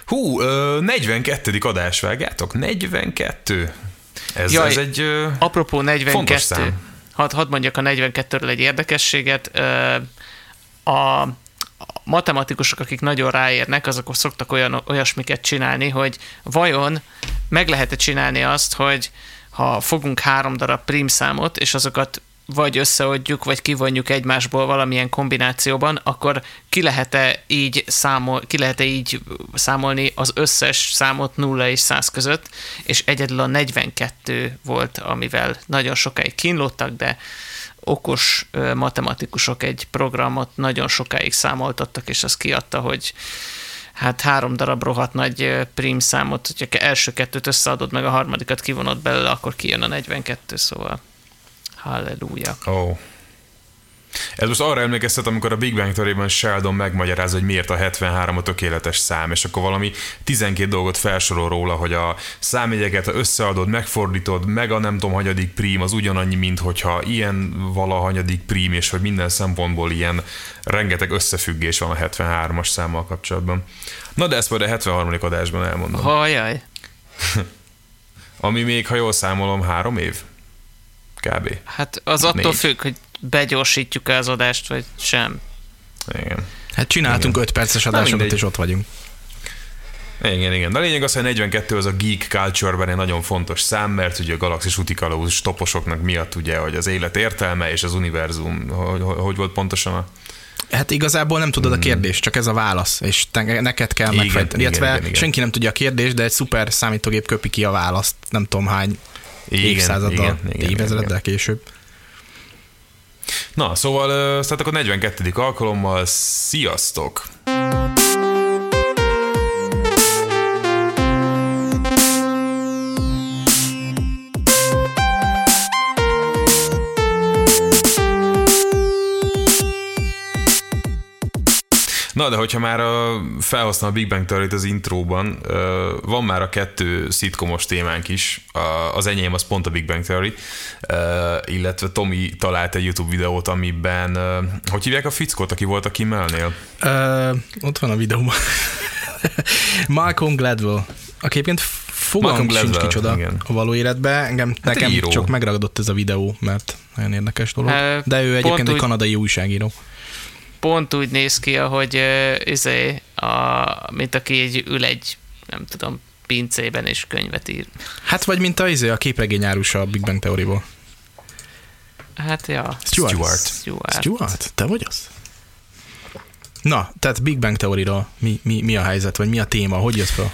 42. adás, vágjátok? 42. Ez egy apropó 42. fontos szám. Hadd mondjak a 42-ről egy érdekességet. A matematikusok, akik nagyon ráérnek, azok szoktak olyasmiket csinálni, hogy vajon meg lehet-e csinálni azt, hogy ha fogunk 3 darab prímszámot, és azokat vagy összeadjuk, vagy kivonjuk egymásból valamilyen kombinációban, akkor ki lehet-e így számolni az összes számot 0 és 100 között, és egyedül a 42 volt, amivel nagyon sokáig kínlódtak, de okos matematikusok egy programot nagyon sokáig számoltattak, és az kiadta, hogy hát 3 darab rohadt nagy prímszámot, hogyha első 2-t összeadod, meg a harmadikat kivonod belőle, akkor kijön a 42, szóval halleluja. Ez most arra emlékeztet, amikor a Big Bang Theory-ban Sheldon megmagyarázza, hogy miért a 73 a tökéletes szám, és akkor valami 12 dolgot felsorol róla, hogy a számjegyeket, ha összeadod, megfordítod, meg a nem tudom, hanyadik prím, az ugyanannyi, mint hogyha ilyen valahanyadik prím, és hogy minden szempontból ilyen rengeteg összefüggés van a 73-as számmal kapcsolatban. Na de ezt majd a 73. adásban elmondom. Hajjaj. Ami még, ha jól számolom, 3 év? Kb. Hát az attól függ, hogy begyorsítjuk-e az adást, vagy sem. Igen. Hát csináltunk 5 perces adásokat, és ott vagyunk. Igen. De a lényeg az, hogy 42 az a geek culture-ben egy nagyon fontos szám, mert ugye a galaxis utikalóz toposoknak miatt ugye, hogy az élet értelme és az univerzum, hogy volt pontosan Hát igazából nem tudod a kérdést, csak ez a válasz, és neked kell megfejteni. Illetve senki nem tudja a kérdést, de egy szuper számítógép köpi ki a választ, nem tudom hány évszázaddal, évezreddel később. Na, szóval tehát akkor 42. alkalommal sziasztok! Na, de hogyha már felhasznál a Big Bang Theory-t az intróban, van már a 2 szitkomos témánk is. Az enyém az pont a Big Bang Theory, illetve Tomi talált egy YouTube videót, amiben, hogy hívják a fickót, aki volt a Kimmelnél? Ott van a videóban. Malcolm Gladwell. Egyébként fogalmam sincs kicsoda a való életben. Nekem író. Csak megragadott ez a videó, mert nagyon érdekes dolog. De ő egyébként egy kanadai újságíró. Pont úgy néz ki, ahogy mint aki ül egy, nem tudom, pincében és könyvet ír. Hát vagy mint a képregény árusa a Big Bang Theory-ból. Hát ja. Stuart, te vagy az? Na, tehát Big Bang Theory-ról mi a helyzet, vagy mi a téma, hogy jött fel?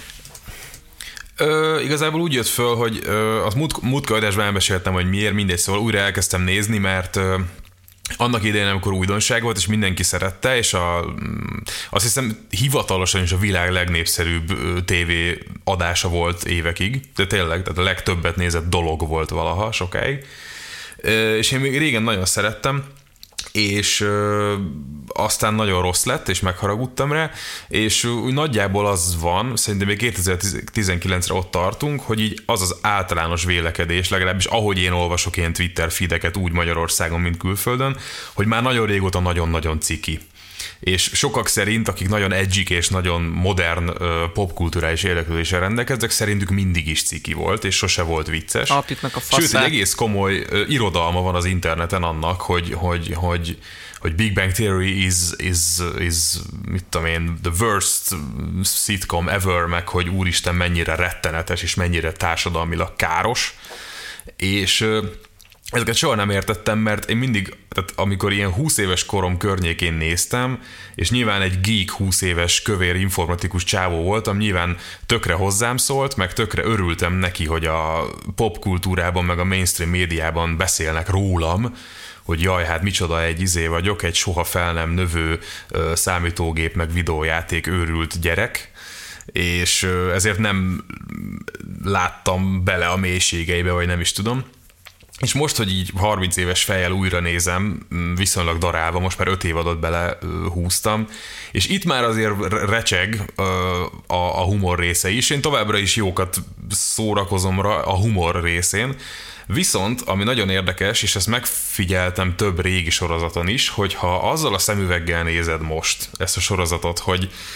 Igazából úgy jött föl, hogy az múltkor adásban elmeséltem, hogy miért, mindegy, szóval újra elkezdtem nézni, mert annak idején, amikor újdonság volt, és mindenki szerette, és azt hiszem hivatalosan is a világ legnépszerűbb TV adása volt évekig, de tényleg, tehát a legtöbbet nézett dolog volt valaha sokáig, és én még régen nagyon szerettem, és aztán nagyon rossz lett, és megharagudtam rá, és úgy nagyjából az van, szerintem még 2019-re ott tartunk, hogy így az az általános vélekedés, legalábbis ahogy én olvasok ilyen Twitter feedeket úgy Magyarországon, mint külföldön, hogy már nagyon régóta nagyon-nagyon ciki. És sokak szerint, akik nagyon edgyik és nagyon modern popkulturális érdeklődéssel rendelkeznek, szerintük mindig is ciki volt, és sose volt vicces. Alapjuknak a faszát. Sőt, egy egész komoly irodalma van az interneten annak, hogy Big Bang Theory is mit tudom én, the worst sitcom ever, meg hogy úristen mennyire rettenetes, és mennyire társadalmilag káros. És ezeket soha nem értettem, mert én mindig, tehát amikor ilyen 20 éves korom környékén néztem, és nyilván egy geek 20 éves kövér informatikus csávó voltam, nyilván tökre hozzám szólt, meg tökre örültem neki, hogy a popkultúrában, meg a mainstream médiában beszélnek rólam, hogy jaj, hát micsoda egy vagyok, egy soha fel nem növő számítógép, meg videójáték őrült gyerek, és ezért nem láttam bele a mélységeibe, vagy nem is tudom. És most, hogy így 30 éves fejjel újra nézem, viszonylag darálva, most már 5 évadot bele húztam, és itt már azért recseg a humor része is. Én továbbra is jókat szórakozom a humor részén, viszont, ami nagyon érdekes, és ezt megfigyeltem több régi sorozaton is, hogyha azzal a szemüveggel nézed most ezt a sorozatot, hogy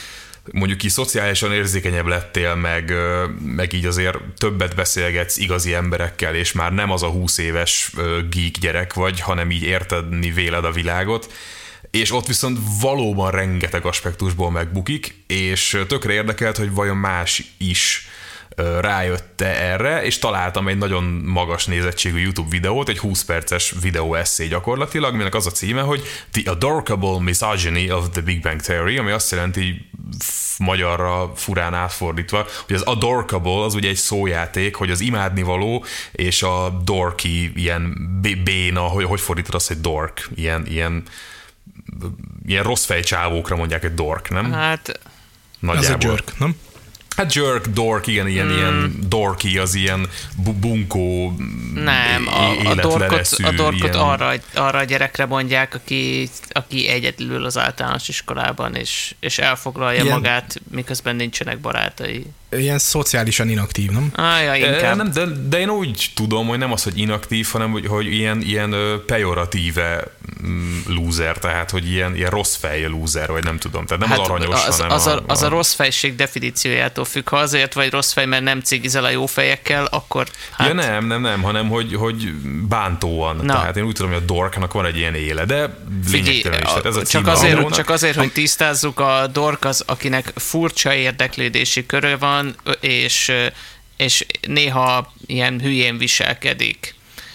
mondjuk így szociálisan érzékenyebb lettél, meg így azért többet beszélgetsz igazi emberekkel, és már nem az a 20 éves geek gyerek vagy, hanem így érteni véled a világot, és ott viszont valóban rengeteg aspektusból megbukik, és tökre érdekelt, hogy vajon más is rájötte erre, és találtam egy nagyon magas nézettségű YouTube videót, egy 20 perces videó esszé gyakorlatilag, aminek az a címe, hogy The Adorkable Misogyny of the Big Bang Theory, ami azt jelenti magyarra furán átfordítva, hogy az adorkable az ugye egy szójáték, hogy az imádnivaló, és a dorky, ilyen béna, hogy fordítod azt, hogy dork, ilyen rossz fejcsávókra mondják egy dork, nem? Hát... Nagyjából. Ez a jerk, nem? Hát jerk, dork, igen, ilyen dorky, az ilyen bunkó, nem, a dorkot arra a gyerekre mondják, aki egyedül az általános iskolában, és elfoglalja ilyen, magát, miközben nincsenek barátai. Ilyen szociálisan inaktív, nem? Ja, inkább. Nem, de én úgy tudom, hogy nem az, hogy inaktív, hanem hogy ilyen pejoratíve loser, tehát hogy ilyen rossz fej loser, vagy nem tudom. Tehát nem hát az aranyos, hanem az a rossz fejség definíciójától függ. Ha azért vagy rossz fej, mert nem cigizel a jó fejekkel, akkor hát... Ja nem, hanem hogy bántóan. Na. Tehát én úgy tudom, hogy a dorknak van egy ilyen éle, de lényegtelen is. Ez a csak azért, hogy tisztázzuk, a dork az, akinek furcsa érdeklődési köre van, és néha ilyen hülyén viselkedik.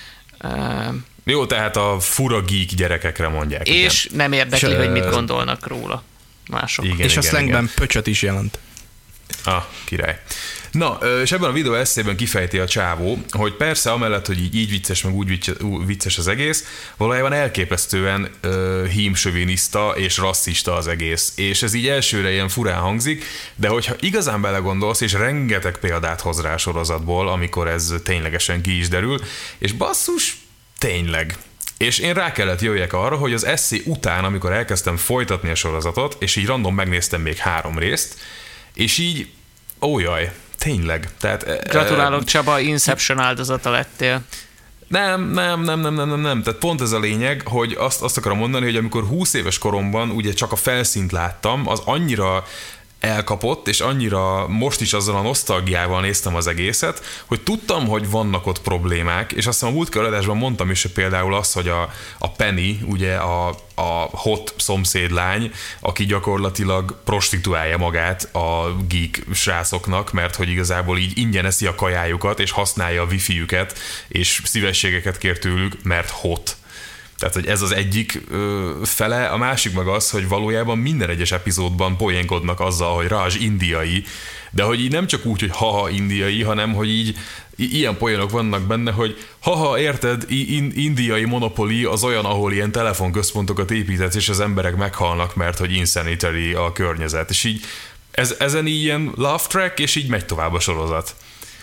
Jó, tehát a fura geek gyerekekre mondják. És igen. Nem érdekli, hogy mit gondolnak róla mások. Igen, és a slangben pöcsöt is jelent. Király. Na, és ebben a videó eszében kifejti a csávó, hogy persze amellett, hogy így vicces, meg úgy vicces az egész, valójában elképesztően hímsöviniszta és rasszista az egész. És ez így elsőre ilyen furán hangzik, de hogyha igazán belegondolsz, és rengeteg példát hoz rá sorozatból, amikor ez ténylegesen ki is derül, és basszus, tényleg. És én rá kellett jöjjek arra, hogy az eszé után, amikor elkezdtem folytatni a sorozatot, és így random megnéztem még 3 részt, és így, ójaj, tényleg. Tehát, gratulálok, Csaba, Inception áldozata lettél. Nem. Tehát pont ez a lényeg, hogy azt akarom mondani, hogy amikor 20 éves koromban ugye csak a felszínt láttam, az annyira elkapott, és annyira most is azzal a nosztalgiával néztem az egészet, hogy tudtam, hogy vannak ott problémák, és azt hiszem a múltkor adásban mondtam is például azt, hogy a Penny, ugye a hot szomszédlány, aki gyakorlatilag prostituálja magát a geek srácoknak, mert hogy igazából így ingyen eszi a kajájukat, és használja a wifi-jüket, és szívességeket kér tőlük, mert hot. Tehát, hogy ez az egyik fele, a másik meg az, hogy valójában minden egyes epizódban poénkodnak azzal, hogy Raj indiai, de hogy így nem csak úgy, hogy haha indiai, hanem hogy így ilyen poénok vannak benne, hogy haha, érted, indiai monopoli az olyan, ahol ilyen telefonközpontokat épített, és az emberek meghalnak, mert hogy insanitary a környezet. És így ezen ilyen laugh track, és így megy tovább a sorozat.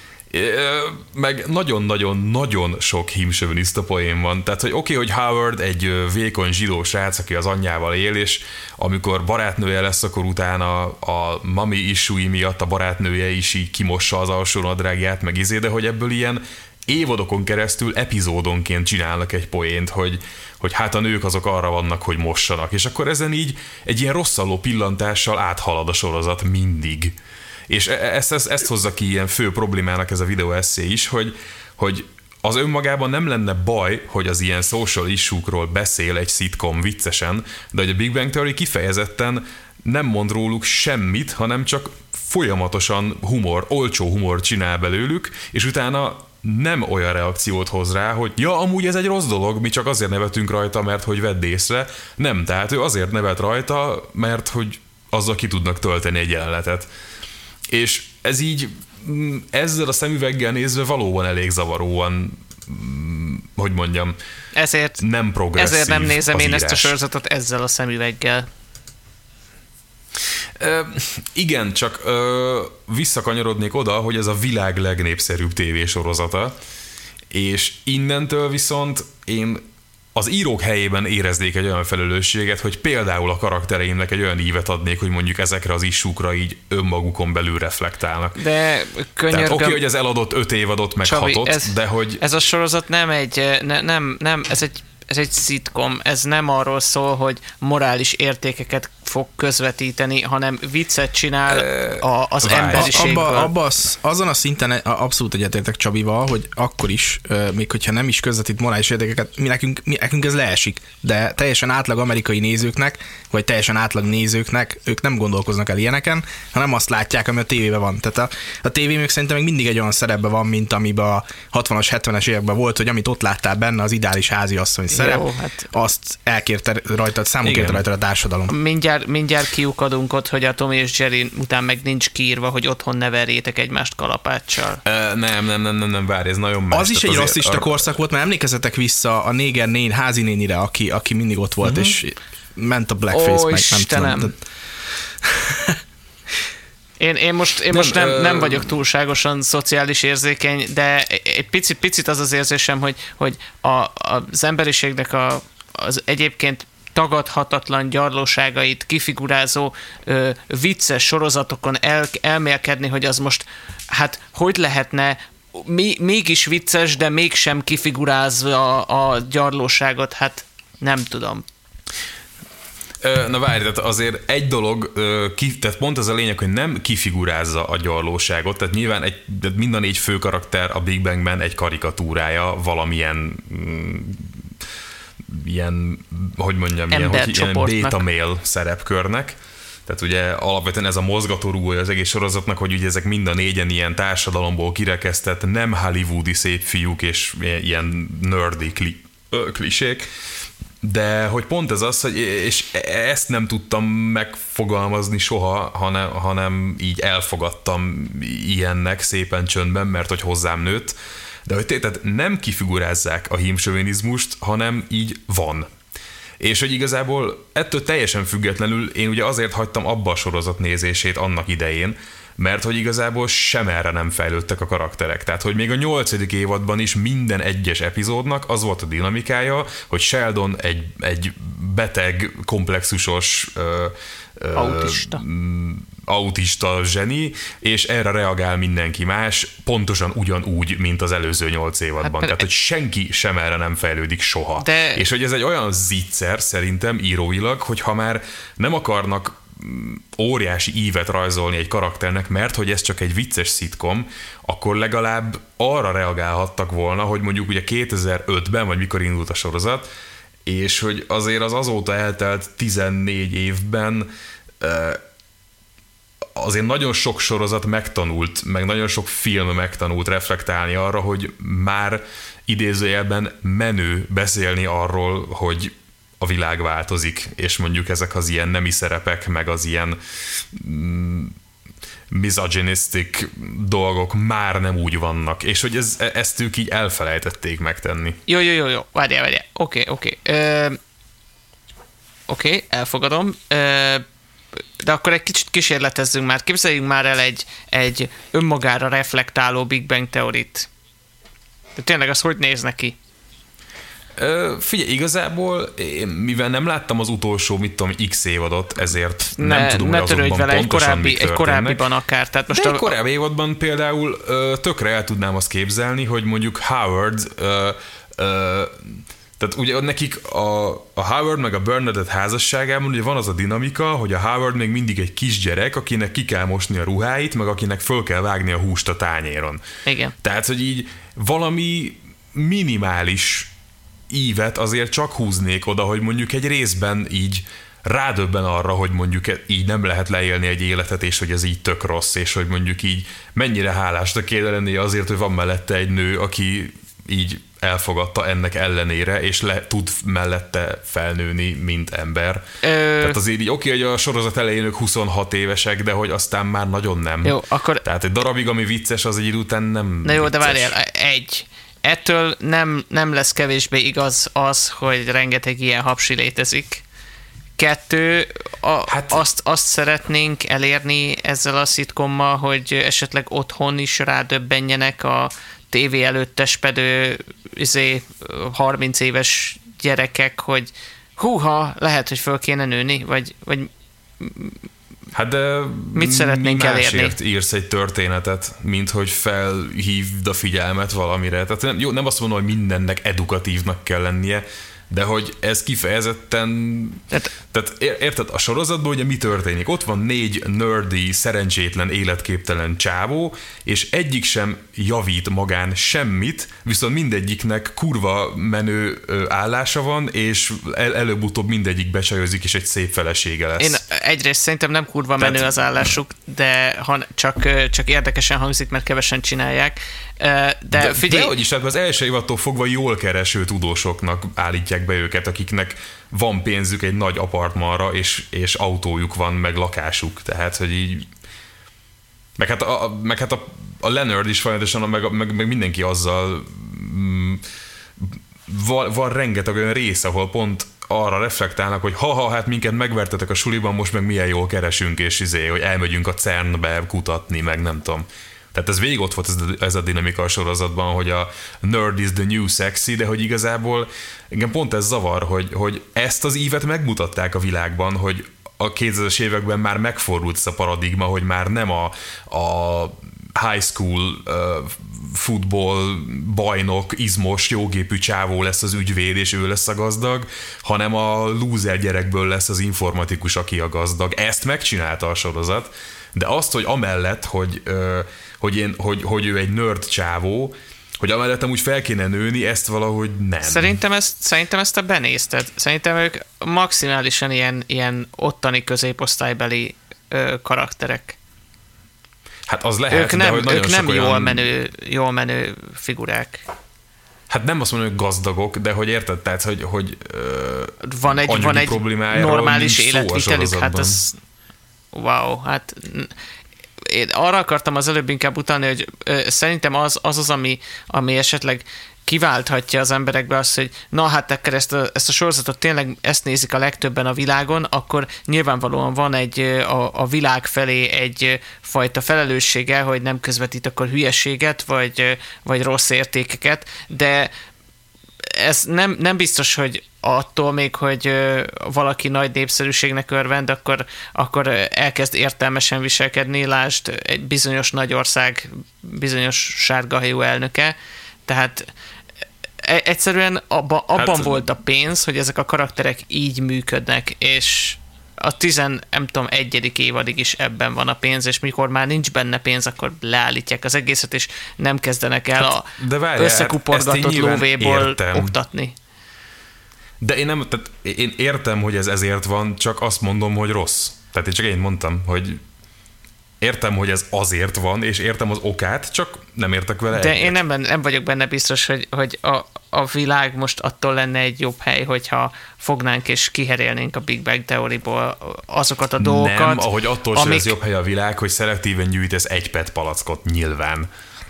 Meg nagyon-nagyon-nagyon sok hímsöviniszta poén van. Tehát, hogy oké, hogy Howard egy vékony zsidó srác, aki az anyjával él, és amikor barátnője lesz, akkor utána a mami issue miatt a barátnője is így kimossa az alsónadrágját, meg de hogy ebből ilyen évadokon keresztül epizódonként csinálnak egy poént, hogy hát a nők azok arra vannak, hogy mossanak. És akkor ezen így egy ilyen rosszalló pillantással áthalad a sorozat mindig. És ezt hozza ki ilyen fő problémának ez a videó esszé is, hogy az önmagában nem lenne baj, hogy az ilyen social issue-król beszél egy szitkom viccesen, de hogy a Big Bang Theory kifejezetten nem mond róluk semmit, hanem csak folyamatosan olcsó humor csinál belőlük, és utána nem olyan reakciót hoz rá, hogy ja, amúgy ez egy rossz dolog, mi csak azért nevetünk rajta, mert hogy vedd észre. Nem, tehát ő azért nevet rajta, mert hogy azzal ki tudnak tölteni egy jelenetet. És ez így ezzel a szemüveggel nézve valóban elég zavaróan, hogy mondjam, nem progresszív. Ezért nem nézem én ezt a sorozatot ezzel a szemüveggel. Igen, csak visszakanyarodnék oda, hogy ez a világ legnépszerűbb tévésorozata, és innentől viszont én az írók helyében éreznék egy olyan felelősséget, hogy például a karaktereimnek egy olyan ívet adnék, hogy mondjuk ezekre az issue-kra így önmagukon belül reflektálnak. De könyörgöm... Tehát oké, hogy ez eladott 5 évadot, meg Csabi, 6-ot, de hogy... Ez a sorozat nem egy... Nem, ez egy ez egy szitkom, ez nem arról szól, hogy morális értékeket fog közvetíteni, hanem viccet csinál az emberiségből. Azon a szinten abszolút egyetértek Csabival, hogy akkor is, még hogyha nem is közvetít morális értékeket, nekünk ez leesik, de teljesen átlag amerikai nézőknek, vagy teljesen átlag nézőknek, ők nem gondolkoznak el ilyeneken, hanem azt látják, ami a tévében van. Tehát a tévé még szerintem még mindig egy olyan szerepben van, mint amiben a 60-as, 70-es években volt, hogy amit ott láttál benne, az ideális háziasszony szerep, jó, hát azt elkérte rajtad, számon kérte rajtad a társadalom. Mindjárt kiukadunk ott, hogy a Tom és Jerry után meg nincs kiírva, hogy otthon ne verjétek egymást kalapáccsal. Nem, várj, ez nagyon más. Az is egy rasszista korszak volt, mert emlékezzetek vissza a néger házi nénire, aki mindig ott volt, és ment a blackface, meg Istenem. Nem tudom. Én most nem vagyok túlságosan szociális érzékeny, de egy picit az érzésem, hogy az emberiségnek az egyébként tagadhatatlan gyarlóságait kifigurázó vicces sorozatokon elmélkedni, hogy az most, hát hogy lehetne mégis vicces, de mégsem kifigurázva a gyarlóságot, hát nem tudom. Na várj, tehát azért egy dolog, tehát pont az a lényeg, hogy nem kifigurázza a gyarlóságot, tehát nyilván mind a 4 fő karakter a Big Bangben egy karikatúrája valamilyen ilyen, hogy mondjam, ilyen beta male szerepkörnek. Tehát ugye alapvetően ez a mozgatórugója az egész sorozatnak, hogy ugye ezek mind a 4-en ilyen társadalomból kirekesztett, nem hollywoodi szép fiúk és ilyen nerdy klisék. De hogy pont ez az, hogy és ezt nem tudtam megfogalmazni soha, hanem így elfogadtam ilyennek szépen csöndben, mert hogy hozzám nőtt. De hogy tehát nem kifigurázzák a hímsövinizmust, hanem így van. És hogy igazából ettől teljesen függetlenül én ugye azért hagytam abba a sorozat nézését annak idején, mert hogy igazából sem erre nem fejlődtek a karakterek. Tehát, hogy még a 8. évadban is minden egyes epizódnak az volt a dinamikája, hogy Sheldon egy beteg, komplexusos autista zseni, és erre reagál mindenki más, pontosan ugyanúgy, mint az előző 8 évadban. Hát, tehát, hogy senki sem erre nem fejlődik soha. És hogy ez egy olyan zicser szerintem íróilag, hogy ha már nem akarnak óriási ívet rajzolni egy karakternek, mert hogy ez csak egy vicces szitkom, akkor legalább arra reagálhattak volna, hogy mondjuk ugye 2005-ben, vagy mikor indult a sorozat, és hogy azért az azóta eltelt 14 évben azért nagyon sok sorozat megtanult, meg nagyon sok film megtanult reflektálni arra, hogy már idézőjelben menő beszélni arról, hogy a világ változik, és mondjuk ezek az ilyen nemi szerepek, meg az ilyen misogynistic dolgok már nem úgy vannak, és hogy ezt ők így elfelejtették megtenni. Jó, várjál. Oké, elfogadom. De akkor egy kicsit kísérletezzünk már. Képzeljünk már el egy önmagára reflektáló Big Bang teorit. De tényleg az hogy néz neki? Figyelj, igazából mivel nem láttam az utolsó, mit tudom, X évadot, ezért nem tudom, hogy azokban vele, pontosan egy korábbiban akár. Tehát most egy korábbi évadban például tökre el tudnám azt képzelni, hogy mondjuk Howard, tehát ugye nekik a Howard meg a Bernadette házasságában ugye van az a dinamika, hogy a Howard még mindig egy kisgyerek, akinek ki kell mosni a ruháit, meg akinek föl kell vágni a húst a tányéron. Igen. Tehát, hogy így valami minimális ívet azért csak húznék oda, hogy mondjuk egy részben így rádöbben arra, hogy mondjuk így nem lehet leélni egy életet, és hogy ez így tök rossz, és hogy mondjuk így mennyire hálásnak kéne lennie azért, hogy van mellette egy nő, aki így elfogadta ennek ellenére, és tud mellette felnőni, mint ember. Tehát azért így oké, hogy a sorozat elején ők 26 évesek, de hogy aztán már nagyon nem. Jó, akkor... Tehát egy darabig, ami vicces, az egy idő után nem Na jó, vicces. de várjál, ettől nem lesz kevésbé igaz az, hogy rengeteg ilyen hapsi létezik. 2, azt szeretnénk elérni ezzel a szitkommal, hogy esetleg otthon is rádöbbenjenek a tévé előtt tespedő 30 éves gyerekek, hogy húha, lehet, hogy föl kéne nőni, vagy hát de mit szeretnénk elérni? Másért írsz egy történetet, mint hogy felhívd a figyelmet valamire. Tehát nem azt mondom, hogy mindennek edukatívnak kell lennie, de hogy ez kifejezetten... Tehát érted, a sorozatban ugye mi történik? Ott van 4 nerdy, szerencsétlen, életképtelen csávó, és egyik sem javít magán semmit, viszont mindegyiknek kurva menő állása van, és előbb-utóbb mindegyik becsajozik, és egy szép felesége lesz. Én egyrészt szerintem nem kurva menő az állásuk, de csak érdekesen hangzik, mert kevesen csinálják. De figyelj... Dehogy is, hát az első évattól fogva jól kereső tudósoknak állítják be őket, akiknek van pénzük egy nagy apartmanra, és autójuk van, meg lakásuk. Tehát, hogy így... Meg hát a Leonard is folyamatosan, meg mindenki azzal... Van rengeteg olyan rész, ahol pont arra reflektálnak, hogy hát minket megvertetek a suliban, most meg milyen jól keresünk, és hogy elmegyünk a CERN-be kutatni, meg nem tudom. Tehát ez végig ott volt ez a dinamika a sorozatban, hogy a nerd is the new sexy, de hogy igazából engem pont ez zavar, hogy ezt az ívet megmutatták a világban, hogy a 2000-es években már megfordult ez a paradigma, hogy már nem a high school futball bajnok, izmos, jógépű csávó lesz az ügyvéd, és ő lesz a gazdag, hanem a loser gyerekből lesz az informatikus, aki a gazdag. Ezt megcsinálta a sorozat, de azt, hogy amellett, hogy ő egy nerd csávó, hogy amellett amúgy fel kéne nőni, ezt valahogy nem. Szerintem ezt te benézted. Szerintem ők maximálisan ilyen ottani középosztálybeli karakterek. Hát az lehet, ők nem jól menő figurák. Hát nem azt mondom, hogy gazdagok, de hogy érted, tehát, hogy van egy normális életvitelük, hát ez wow, hát én arra akartam az előbb inkább utalni, hogy szerintem az, ami esetleg kiválthatja az emberekbe azt, hogy na hát akkor ezt a sorozatot tényleg ezt nézik a legtöbben a világon, akkor nyilvánvalóan van a világ felé egy fajta felelőssége, hogy nem közvetít akkor hülyeséget, vagy rossz értékeket, de ez nem biztos, hogy attól még, hogy valaki nagy népszerűségnek örvend, akkor elkezd értelmesen viselkedni, lásd egy bizonyos nagy ország bizonyos sárgahajú elnöke, tehát egyszerűen abban volt a pénz, hogy ezek a karakterek így működnek, és a 11. évadig is ebben van a pénz, és mikor már nincs benne pénz, akkor leállítják az egészet, és nem kezdenek el összekuporgatott lóvéból oktatni. De én értem, hogy ez ezért van, csak azt mondom, hogy rossz. Tehát én csak én mondtam, hogy értem, hogy ez azért van, és értem az okát, csak nem értek vele de egyet. Én nem vagyok benne biztos, hogy a világ most attól lenne egy jobb hely, hogyha fognánk és kiherélnénk a Big Bang teóriból azokat a dolgokat. Nem, ahogy attól sem ez jobb hely a világ, hogy szelektíven gyűjtesz egy PET palackot, nyilván.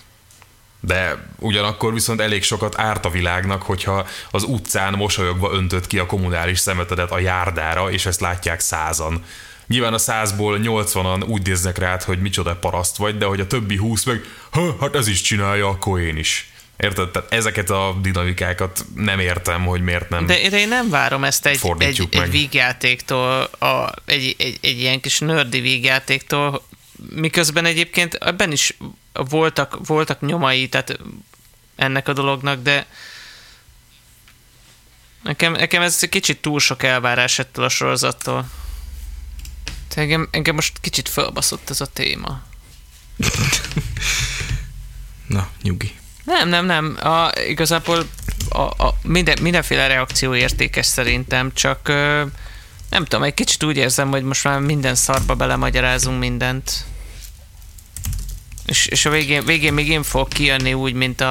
De ugyanakkor viszont elég sokat árt a világnak, hogyha az utcán mosolyogva öntöd ki a kommunális szemetedet a járdára, és ezt látják 100-an. Nyilván a 100-ból 80-an úgy néznek rád, hogy micsoda paraszt vagy, de hogy a többi 20 meg, hát ez is csinálja, akkor én is. Érted? Tehát ezeket a dinamikákat nem értem, hogy miért nem. De én nem várom ezt egy vígjátéktól, egy ilyen kis nerdi vígjátéktól, miközben egyébként ebben is voltak nyomai, tehát ennek a dolognak, de nekem ez kicsit túl sok elvárás ettől a sorozattól. Engem most kicsit felbaszott ez a téma. Na, nyugi. Nem. Igazából mindenféle reakció értékes szerintem, csak nem tudom, egy kicsit úgy érzem, hogy most már minden szarba belemagyarázunk mindent. És a végén még én fogok kijönni úgy, mint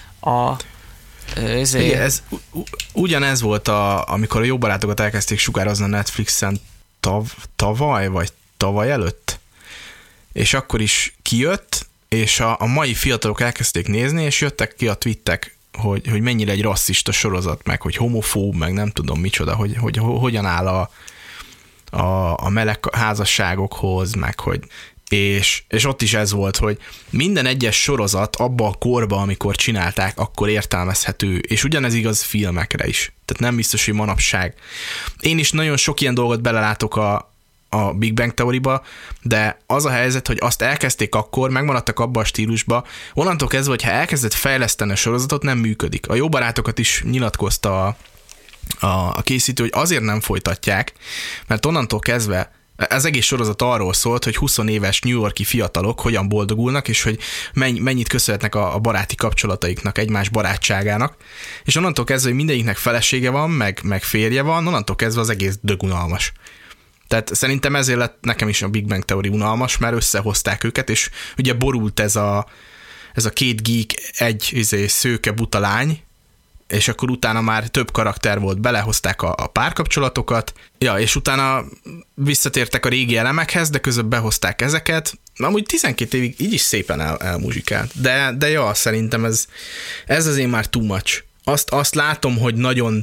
ez ugyanez volt, amikor a Jó barátokat elkezdték sugározni a Netflixen tavaly, vagy tavaly előtt. És akkor is kijött, és a mai fiatalok elkezdték nézni, és jöttek ki a twittek, hogy mennyire egy rasszista sorozat, meg hogy homofób, meg nem tudom micsoda, hogy hogyan áll a meleg házasságokhoz, meg hogy és ott is ez volt, hogy minden egyes sorozat abba a korba, amikor csinálták, akkor értelmezhető, és ugyanez igaz filmekre is. Tehát nem biztos, hogy manapság. Én is nagyon sok ilyen dolgot belelátok a Big Bang teóriba, de az a helyzet, hogy azt elkezdték akkor, megmaradtak abba a stílusba, onnantól kezdve, hogy ha elkezdett fejleszteni a sorozatot, nem működik. A Jó barátokat is nyilatkozta a készítő, hogy azért nem folytatják, mert onnantól kezdve ez egész sorozat arról szólt, hogy 20 éves New York-i fiatalok hogyan boldogulnak, és hogy mennyit köszönhetnek a baráti kapcsolataiknak, egymás barátságának, és onnantól kezdve, hogy mindegyiknek felesége van, meg férje van, onnantól kezdve az egész dögunalmas. Tehát szerintem ezért lett nekem is a Big Bang Theory unalmas, mert összehozták őket, és ugye borult ez a két geek, egy szőke buta lány, és akkor utána már több karakter volt, belehozták a párkapcsolatokat, és utána visszatértek a régi elemekhez, de közben behozták ezeket. Amúgy 12 évig így is szépen elmuzsikált. De szerintem ez azért már too much. Azt látom, hogy nagyon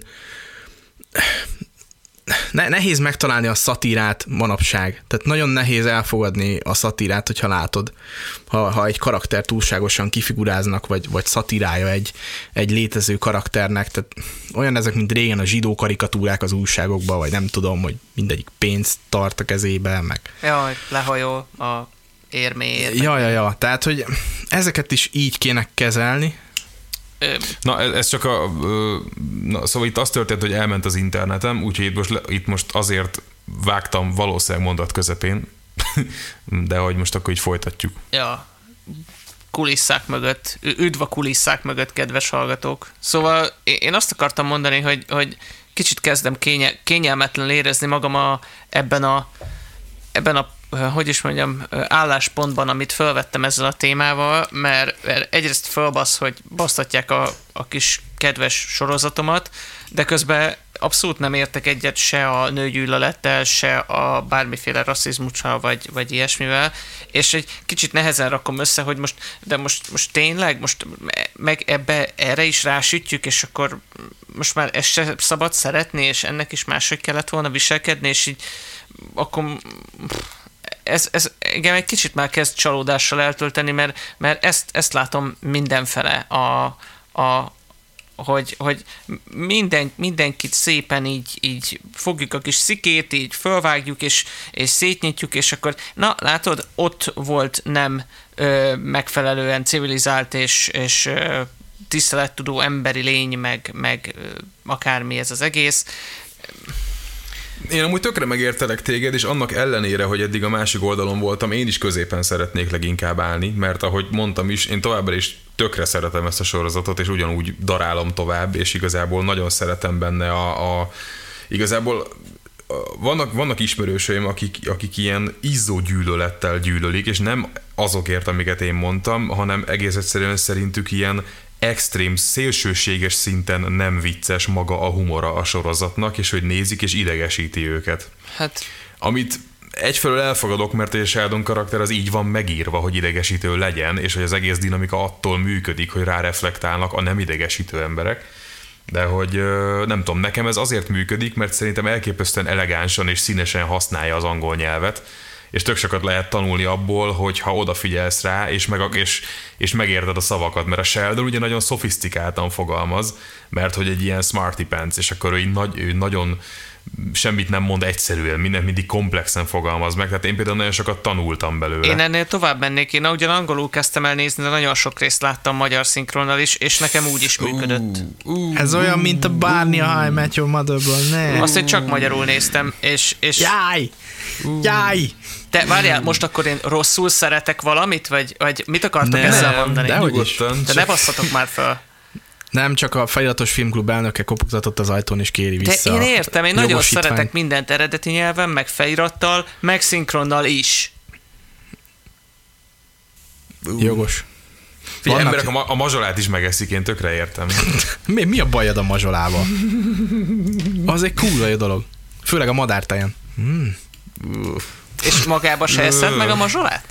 nehéz megtalálni a szatírát manapság. Tehát nagyon nehéz elfogadni a szatírát, hogyha látod, ha egy karakter túlságosan kifiguráznak, vagy szatírálja egy létező karakternek. Tehát olyan ezek, mint régen a zsidó karikatúrák az újságokban, vagy nem tudom, hogy mindegyik pénzt tart a kezébe, meg... Jaj, lehajol a érméért. Ja, tehát, hogy ezeket is így kéne kezelni. Na, ez csak szóval itt az történt, hogy elment az internetem, úgyhogy itt most azért vágtam valószínűleg mondat közepén, de hogy most akkor így folytatjuk. Ja, kulisszák mögött, üdv a kulisszák mögött, kedves hallgatók. Szóval én azt akartam mondani, hogy kicsit kezdem kényelmetlen érezni magam ebben a hogy is mondjam, álláspontban, amit felvettem ezzel a témával, mert egyrészt fölbasz, hogy basztatják a kis kedves sorozatomat, de közben abszolút nem értek egyet se a nőgyűlölettel, se a bármiféle rasszizmussal, vagy ilyesmivel, és egy kicsit nehezen rakom össze, hogy most tényleg, most meg erre is rásütjük, és akkor most már ezt se szabad szeretni, és ennek is máshogy kellett volna viselkedni, és így akkor... Ez engem egy kicsit már kezd csalódással eltölteni, mert ezt látom mindenfele, hogy mindenkit szépen így fogjuk a kis szikét, így fölvágjuk, és szétnyitjuk, és akkor, na látod, ott volt nem megfelelően civilizált és tisztelettudó emberi lény, meg akármi ez az egész. Én amúgy tökre megértelek téged, és annak ellenére, hogy eddig a másik oldalon voltam, én is középen szeretnék leginkább állni, mert ahogy mondtam is, én továbbra is tökre szeretem ezt a sorozatot, és ugyanúgy darálom tovább, és igazából nagyon szeretem benne igazából vannak ismerőseim, akik ilyen izzó gyűlölettel gyűlölik, és nem azokért, amiket én mondtam, hanem egész egyszerűen szerintük ilyen extrém, szélsőséges szinten nem vicces maga a humora a sorozatnak, és hogy nézik, és idegesíti őket. Hát... Amit egyfelől elfogadok, mert a Sheldon karakter az így van megírva, hogy idegesítő legyen, és hogy az egész dinamika attól működik, hogy ráreflektálnak a nem idegesítő emberek. De hogy nem tudom, nekem ez azért működik, mert szerintem elképesztően elegánsan és színesen használja az angol nyelvet, és tök sokat lehet tanulni abból, hogyha odafigyelsz rá, és megérted a szavakat, mert a Sheldon ugye nagyon szofisztikáltan fogalmaz, mert hogy egy ilyen smarty pants, és akkor ő nagyon semmit nem mond egyszerűen, mindent mindig komplexen fogalmaz meg, tehát én például nagyon sokat tanultam belőle. Én ennél tovább mennék, én ugyan angolul kezdtem el nézni, de nagyon sok részt láttam magyar szinkronnal is, és nekem úgy is működött. Ez olyan, mint a Barney a How I Met Your Motherból, ne? Azt, hogy csak magyarul néztem, és... Jaj! Te várjál, most akkor én rosszul szeretek valamit, vagy mit akartok ezzel mondani? De ne basszatok már fel. Nem, csak a feliratos filmklub elnöke kopogtatott az ajtón és kéri vissza. De én értem, én nagyon szeretek mindent eredeti nyelven, meg felirattal, meg szinkronnal is. Jogos. Figyelj, emberek a mazsolát is megeszik, én tökre értem. Mi a bajod a mazsolával? Az egy kurva jó dolog. Főleg a madártejen. És magába se eszed meg a mazsolát?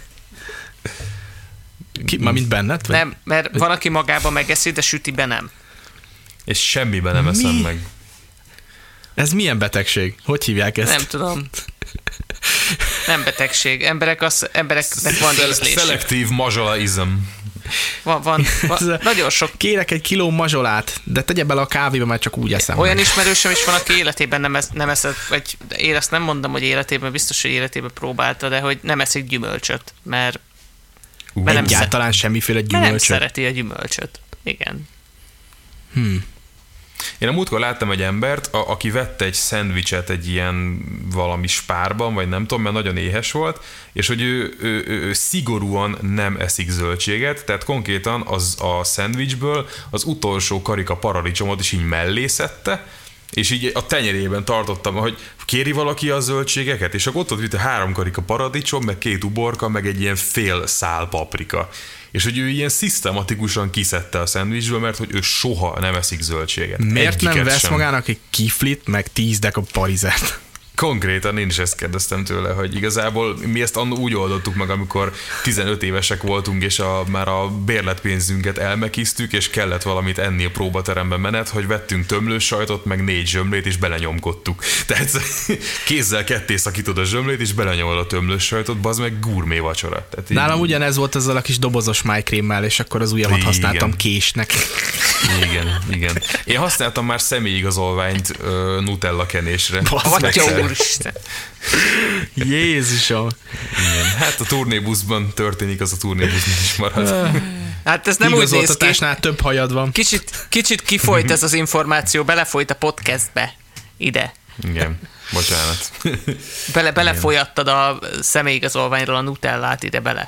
Mint benned? Vagy? Nem, mert van, aki magába megeszi, de sütibe nem. És semmiben nem eszem meg. Ez milyen betegség? Hogy hívják ezt? Nem tudom. Nem betegség. Embereknek van ízlésük. Szelektív mazsolaizm. Van nagyon sok. Kérek egy kiló mazsolát, de tegye bele a kávéba, mert csak úgy eszem. Olyan ismerősöm is van, aki életében nem eszed, vagy én ezt nem mondom, hogy életében, biztos, hogy életében próbálta, de hogy nem eszik gyümölcsöt, mert egyáltalán semmiféle gyümölcsöt. Nem szereti a gyümölcsöt. Igen. Én a múltkor láttam egy embert, aki vette egy szendvicset egy ilyen valami spárban, vagy nem tudom, mert nagyon éhes volt, és hogy ő szigorúan nem eszik zöldséget, tehát konkrétan a szendvicsből az utolsó karika paradicsomot is így mellé szedte, és így a tenyerében tartottam, hogy kéri valaki a zöldségeket, és akkor ott volt 3 karika paradicsom, meg 2 uborka, meg egy ilyen fél szál paprika. És hogy ő ilyen szisztematikusan kiszedte a szendvicsből, mert hogy ő soha nem eszik zöldséget. Miért nem vesz magának egy kiflit, meg 10 deka parizát? Konkrétan én is ezt kérdeztem tőle, hogy igazából mi ezt úgy oldottuk meg, amikor 15 évesek voltunk, és már a bérletpénzünket elmekiztük, és kellett valamit enni a próbateremben menet, hogy vettünk tömlős sajtot, meg 4 zsömlét, és belenyomkodtuk. Tehát kézzel ketté szakítod a zsömlét, és belenyomod a tömlős sajtot, bazd meg gurmé vacsora. Tehát nálam ugyanez volt ezzel a kis dobozos májkrémmel, és akkor az ujjamat használtam késnek. Igen. Én használtam már személyigazolványt Nutella kenésre. Úristen. Jézusom. Igen. Hát a turnébuszban történik, az a turnébuszban is marad. Hát ez nem úgy néz ki. Több hajad van. Kicsit kifolyt ez az információ, belefolyt a podcastbe. Ide. Igen. Bocsánat. Belefolyattad a személyigazolványról a Nutellát ide bele.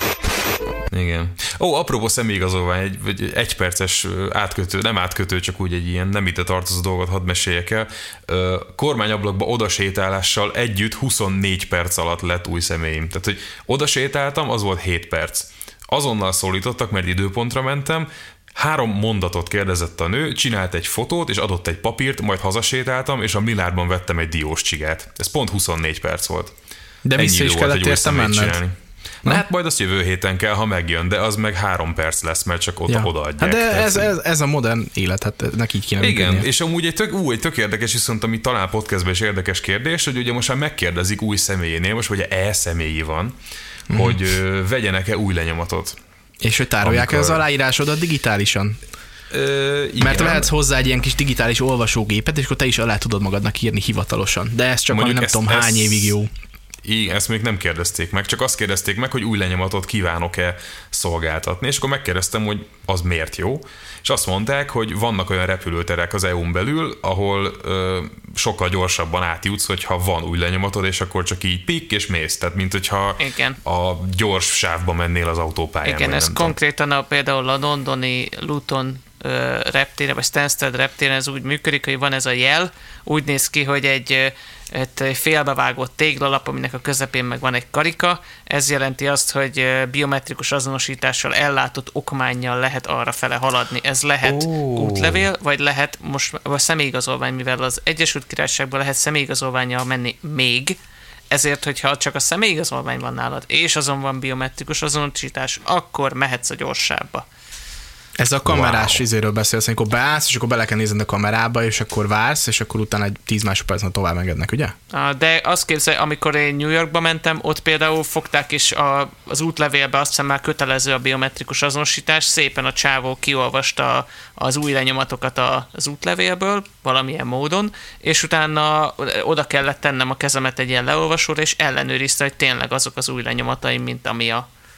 Igen. Apropó személyigazolvány, egy perces átkötő, nem átkötő, csak úgy egy ilyen nem ide tartozó dolgot hadd meséljek el. Kormányablakba odasétálással együtt 24 perc alatt lett új személyim. Tehát, hogy odasétáltam, az volt 7 perc. Azonnal szólítottak, mert időpontra mentem, 3 mondatot kérdezett a nő, csinált egy fotót, és adott egy papírt, majd hazasétáltam, és a Milárban vettem egy diós csigát. Ez pont 24 perc volt. De vissza is kellett érte menned? Na hát majd azt jövő héten kell, ha megjön, de az meg 3 perc lesz, mert csak odaadják. Hát de ez a modern élet, hát neki így kéne igen, működnie. És amúgy egy tök érdekes, viszont ami talán podcastben is érdekes kérdés, hogy ugye most már megkérdezik új személyénél, most ugye e-személyi van, hogy vegyenek-e új lenyomatot. És hogy tárolják az aláírásodat digitálisan? Igen. Mert vehetsz hozzá egy ilyen kis digitális olvasógépet, és akkor te is alá tudod magadnak írni hivatalosan. De ez csak mondjuk nem tudom hány évig jó. Igen, ezt még nem kérdezték meg, csak azt kérdezték meg, hogy új lenyomatot kívánok-e szolgáltatni, és akkor megkérdeztem, hogy az miért jó, és azt mondták, hogy vannak olyan repülőterek az EU-n belül, ahol sokkal gyorsabban átjutsz, hogyha van új lenyomatod, és akkor csak így pikk és mész, tehát mint hogyha igen. A gyors sávba mennél az autópályán. Igen, ez konkrétan például a londoni Luton reptéren, vagy Stansted reptéren ez úgy működik, hogy van ez a jel, úgy néz ki, hogy egy félbevágott téglalap, aminek a közepén meg van egy karika. Ez jelenti azt, hogy biometrikus azonosítással ellátott okmánnyal lehet arrafele haladni. Ez lehet útlevél, vagy lehet most a személyigazolvány, mivel az Egyesült Királyságban lehet személyigazolvánnyal menni még, ezért, hogyha csak a személyigazolvány van nálad, és azon van biometrikus azonosítás, akkor mehetsz a gyorsávba. Ez a kamerás izéről beszélsz, amikor beállsz, és akkor bele kell nézned a kamerába, és akkor vársz, és akkor utána egy 10 másodpercen tovább engednek, ugye? De azt képzelj, amikor én New Yorkba mentem, ott például fogták is az útlevélbe, azt hiszem már kötelező a biometrikus azonosítás, szépen a csávó kiolvasta az új lenyomatokat az útlevélből, valamilyen módon, és utána oda kellett tennem a kezemet egy ilyen leolvasóra, és ellenőrizte, hogy tényleg azok az új lenyomataim, mint ami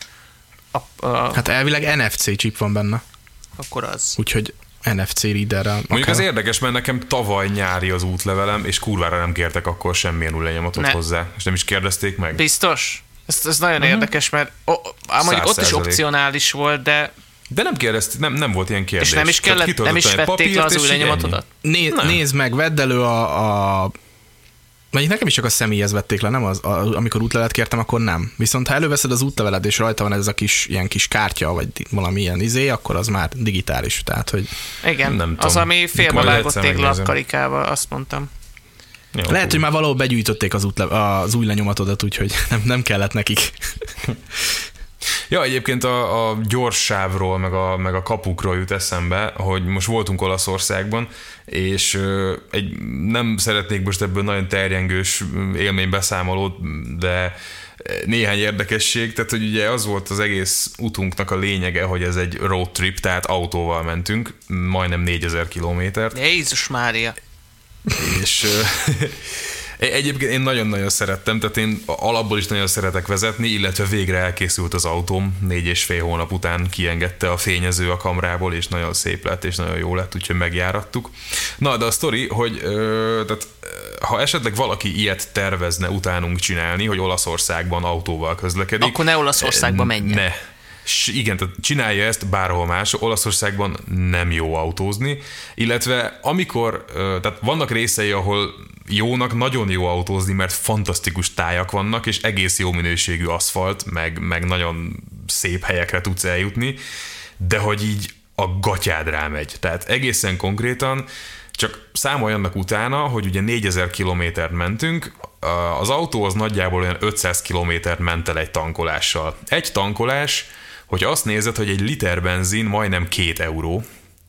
Hát elvileg NFC chip van benne. Akkor az. Úgyhogy NFC readerrel. Mondjuk az érdekes, mert nekem tavaly nyári az útlevelem, és kurvára nem kértek akkor semmilyen új lenyomatot hozzá. És nem is kérdezték meg. Biztos? Ez nagyon érdekes, mert mondjuk ott is opcionális volt, de nem kérdezték, nem volt ilyen kérdés. És nem is kellett, nem is vették le az új lenyomatodat? Nézd meg, vedd elő Mondjuk nekem is csak a személyhez vették le, nem amikor útlevelet kértem, akkor nem. Viszont ha előveszed az útleveled, és rajta van ez a ilyen kis kártya, vagy valami ilyen akkor az már digitális. Tehát, hogy igen, nem az, tudom. Ami félbevágott téglakarikával, azt mondtam. Jó, lehet, hogy már valahol begyűjtötték az új lenyomatodat, úgyhogy nem kellett nekik. Ja, egyébként a gyors sávról, meg a kapukról jut eszembe, hogy most voltunk Olaszországban, és nem szeretnék most ebből nagyon terjengős élménybeszámolót, de néhány érdekesség, tehát hogy ugye az volt az egész utunknak a lényege, hogy ez egy road trip, tehát autóval mentünk, majdnem 4000 kilométert. Jézus Mária! Egyébként én nagyon-nagyon szerettem, tehát én alapból is nagyon szeretek vezetni, illetve végre elkészült az autóm, 4,5 hónap után kiengedte a fényező a kamrából, és nagyon szép lett, és nagyon jó lett, úgyhogy megjárattuk. Na, de a sztori, hogy tehát, ha esetleg valaki ilyet tervezne utánunk csinálni, hogy Olaszországban autóval közlekedik. Akkor ne Olaszországba menjen. Ne. Igen, tehát csinálja ezt bárhol más, Olaszországban nem jó autózni, illetve amikor, tehát vannak részei, ahol nagyon jó autózni, mert fantasztikus tájak vannak, és egész jó minőségű aszfalt, meg nagyon szép helyekre tudsz eljutni, de hogy így a gatyád rámegy. Tehát egészen konkrétan csak számolj annak utána, hogy ugye 4000 kilométert mentünk, az autó az nagyjából olyan 500 kilométert ment el egy tankolással. Egy tankolás, hogy azt nézed, hogy egy liter benzin majdnem 2 euró,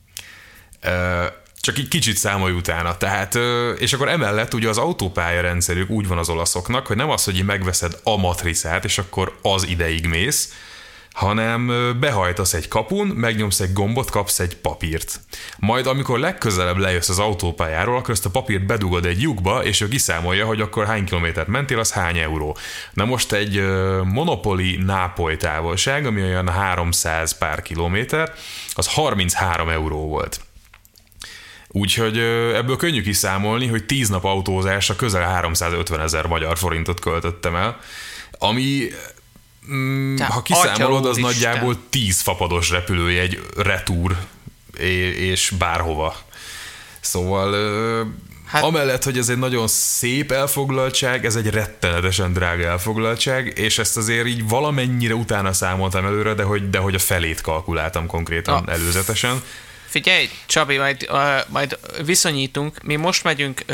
csak így kicsit számolj utána. Tehát, és akkor emellett ugye az autópálya rendszerük úgy van az olaszoknak, hogy nem az, hogy megveszed a matricát, és akkor az ideig mész, hanem behajtasz egy kapun, megnyomsz egy gombot, kapsz egy papírt. Majd amikor legközelebb lejössz az autópályáról, akkor ezt a papírt bedugod egy lyukba, és ő kiszámolja, hogy akkor hány kilométert mentél, az hány euró. Na most egy Monopoli-Nápoly távolság, ami olyan 300 pár kilométer, az 33 euró volt. Úgyhogy ebből könnyű kiszámolni, hogy 10 nap autózásra közel 350 000 magyar forintot költöttem el, ami... ha kiszámolod, az nagyjából 10 fapados repülőjegy retúr és bárhova. Szóval amellett, hogy ez egy nagyon szép elfoglaltság, ez egy rettenetesen drága elfoglaltság, és ezt azért így valamennyire utána számoltam előre, de hogy a felét kalkuláltam konkrétan előzetesen. Figyelj, Csabi, majd viszonyítunk. Mi most megyünk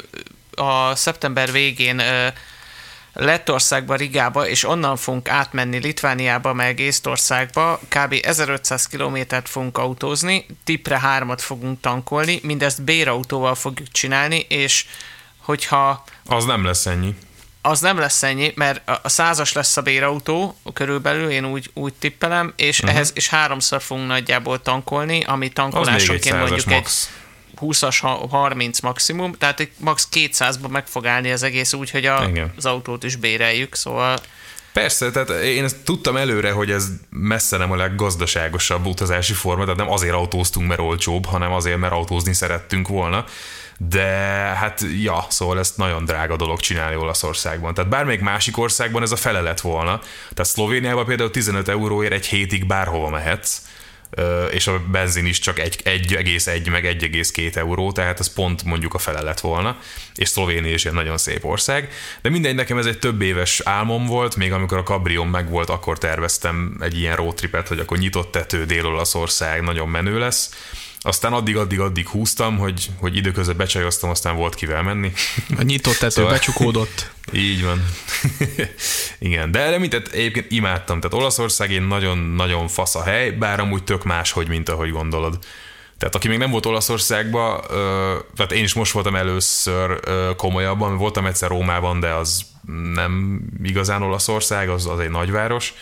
a szeptember végén Lettországba, Rigába, és onnan fogunk átmenni Litvániába, meg Észtországba, kb. 1500 kilométert fogunk autózni, tipre 3-at fogunk tankolni, mindezt bérautóval fogjuk csinálni, és hogyha... Az nem lesz ennyi. Az nem lesz ennyi, mert a 100-as lesz a bérautókörülbelül, én úgy tippelem, és ehhez és 3-szor fogunk nagyjából tankolni, ami tankolásonként mondjuk max. egy 20-as, 30 maximum, tehát max 200-ban meg fog állni az egész úgy, hogy az autót is béreljük, szóval... Persze, tehát én ezt tudtam előre, hogy ez messze nem a leggazdaságosabb utazási forma, tehát nem azért autóztunk, mert olcsóbb, hanem azért, mert autózni szerettünk volna, de hát szóval ezt nagyon drága dolog csinálni Olaszországban. Tehát bármelyik másik országban ez a fele lett volna. Tehát Szlovéniában például 15 euróért egy hétig bárhova mehetsz, és a benzin is csak 1,1 meg 1,2 euró, tehát ez pont mondjuk a fele lett volna, és Szlovénia is egy nagyon szép ország. De mindegy, nekem ez egy több éves álmom volt, még amikor a Cabriom megvolt, akkor terveztem egy ilyen roadtripet, hogy akkor nyitott tető, Dél-Olaszország, nagyon menő lesz. Aztán addig húztam, hogy időközben becsajoztam, aztán volt kivel menni. A nyitott tető szóval... becsukódott. Így van. Igen, de erre egyébként imádtam. Tehát Olaszország egy nagyon-nagyon fasz a hely, bár amúgy tök máshogy, mint ahogy gondolod. Tehát aki még nem volt Olaszországban, tehát én is most voltam először komolyabban, voltam egyszer Rómában, de az nem igazán Olaszország, az egy nagyváros.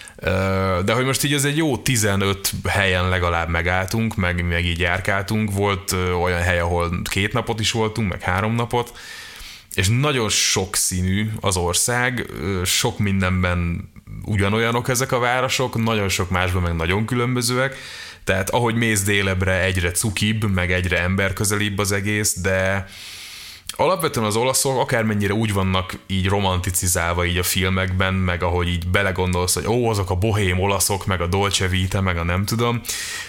De hogy most így ez egy jó 15 helyen legalább megálltunk, meg így járkáltunk. Volt olyan hely, ahol 2 napot is voltunk, meg 3 napot, és nagyon sokszínű az ország, sok mindenben ugyanolyanok ezek a városok, nagyon sok másban meg nagyon különbözőek, tehát ahogy mész délebbre egyre cukibb, meg egyre emberközelibb az egész, de alapvetően az olaszok akármennyire úgy vannak így romanticizálva így a filmekben, meg ahogy így belegondolsz, hogy azok a bohém olaszok, meg a Dolce Vita, meg a nem tudom.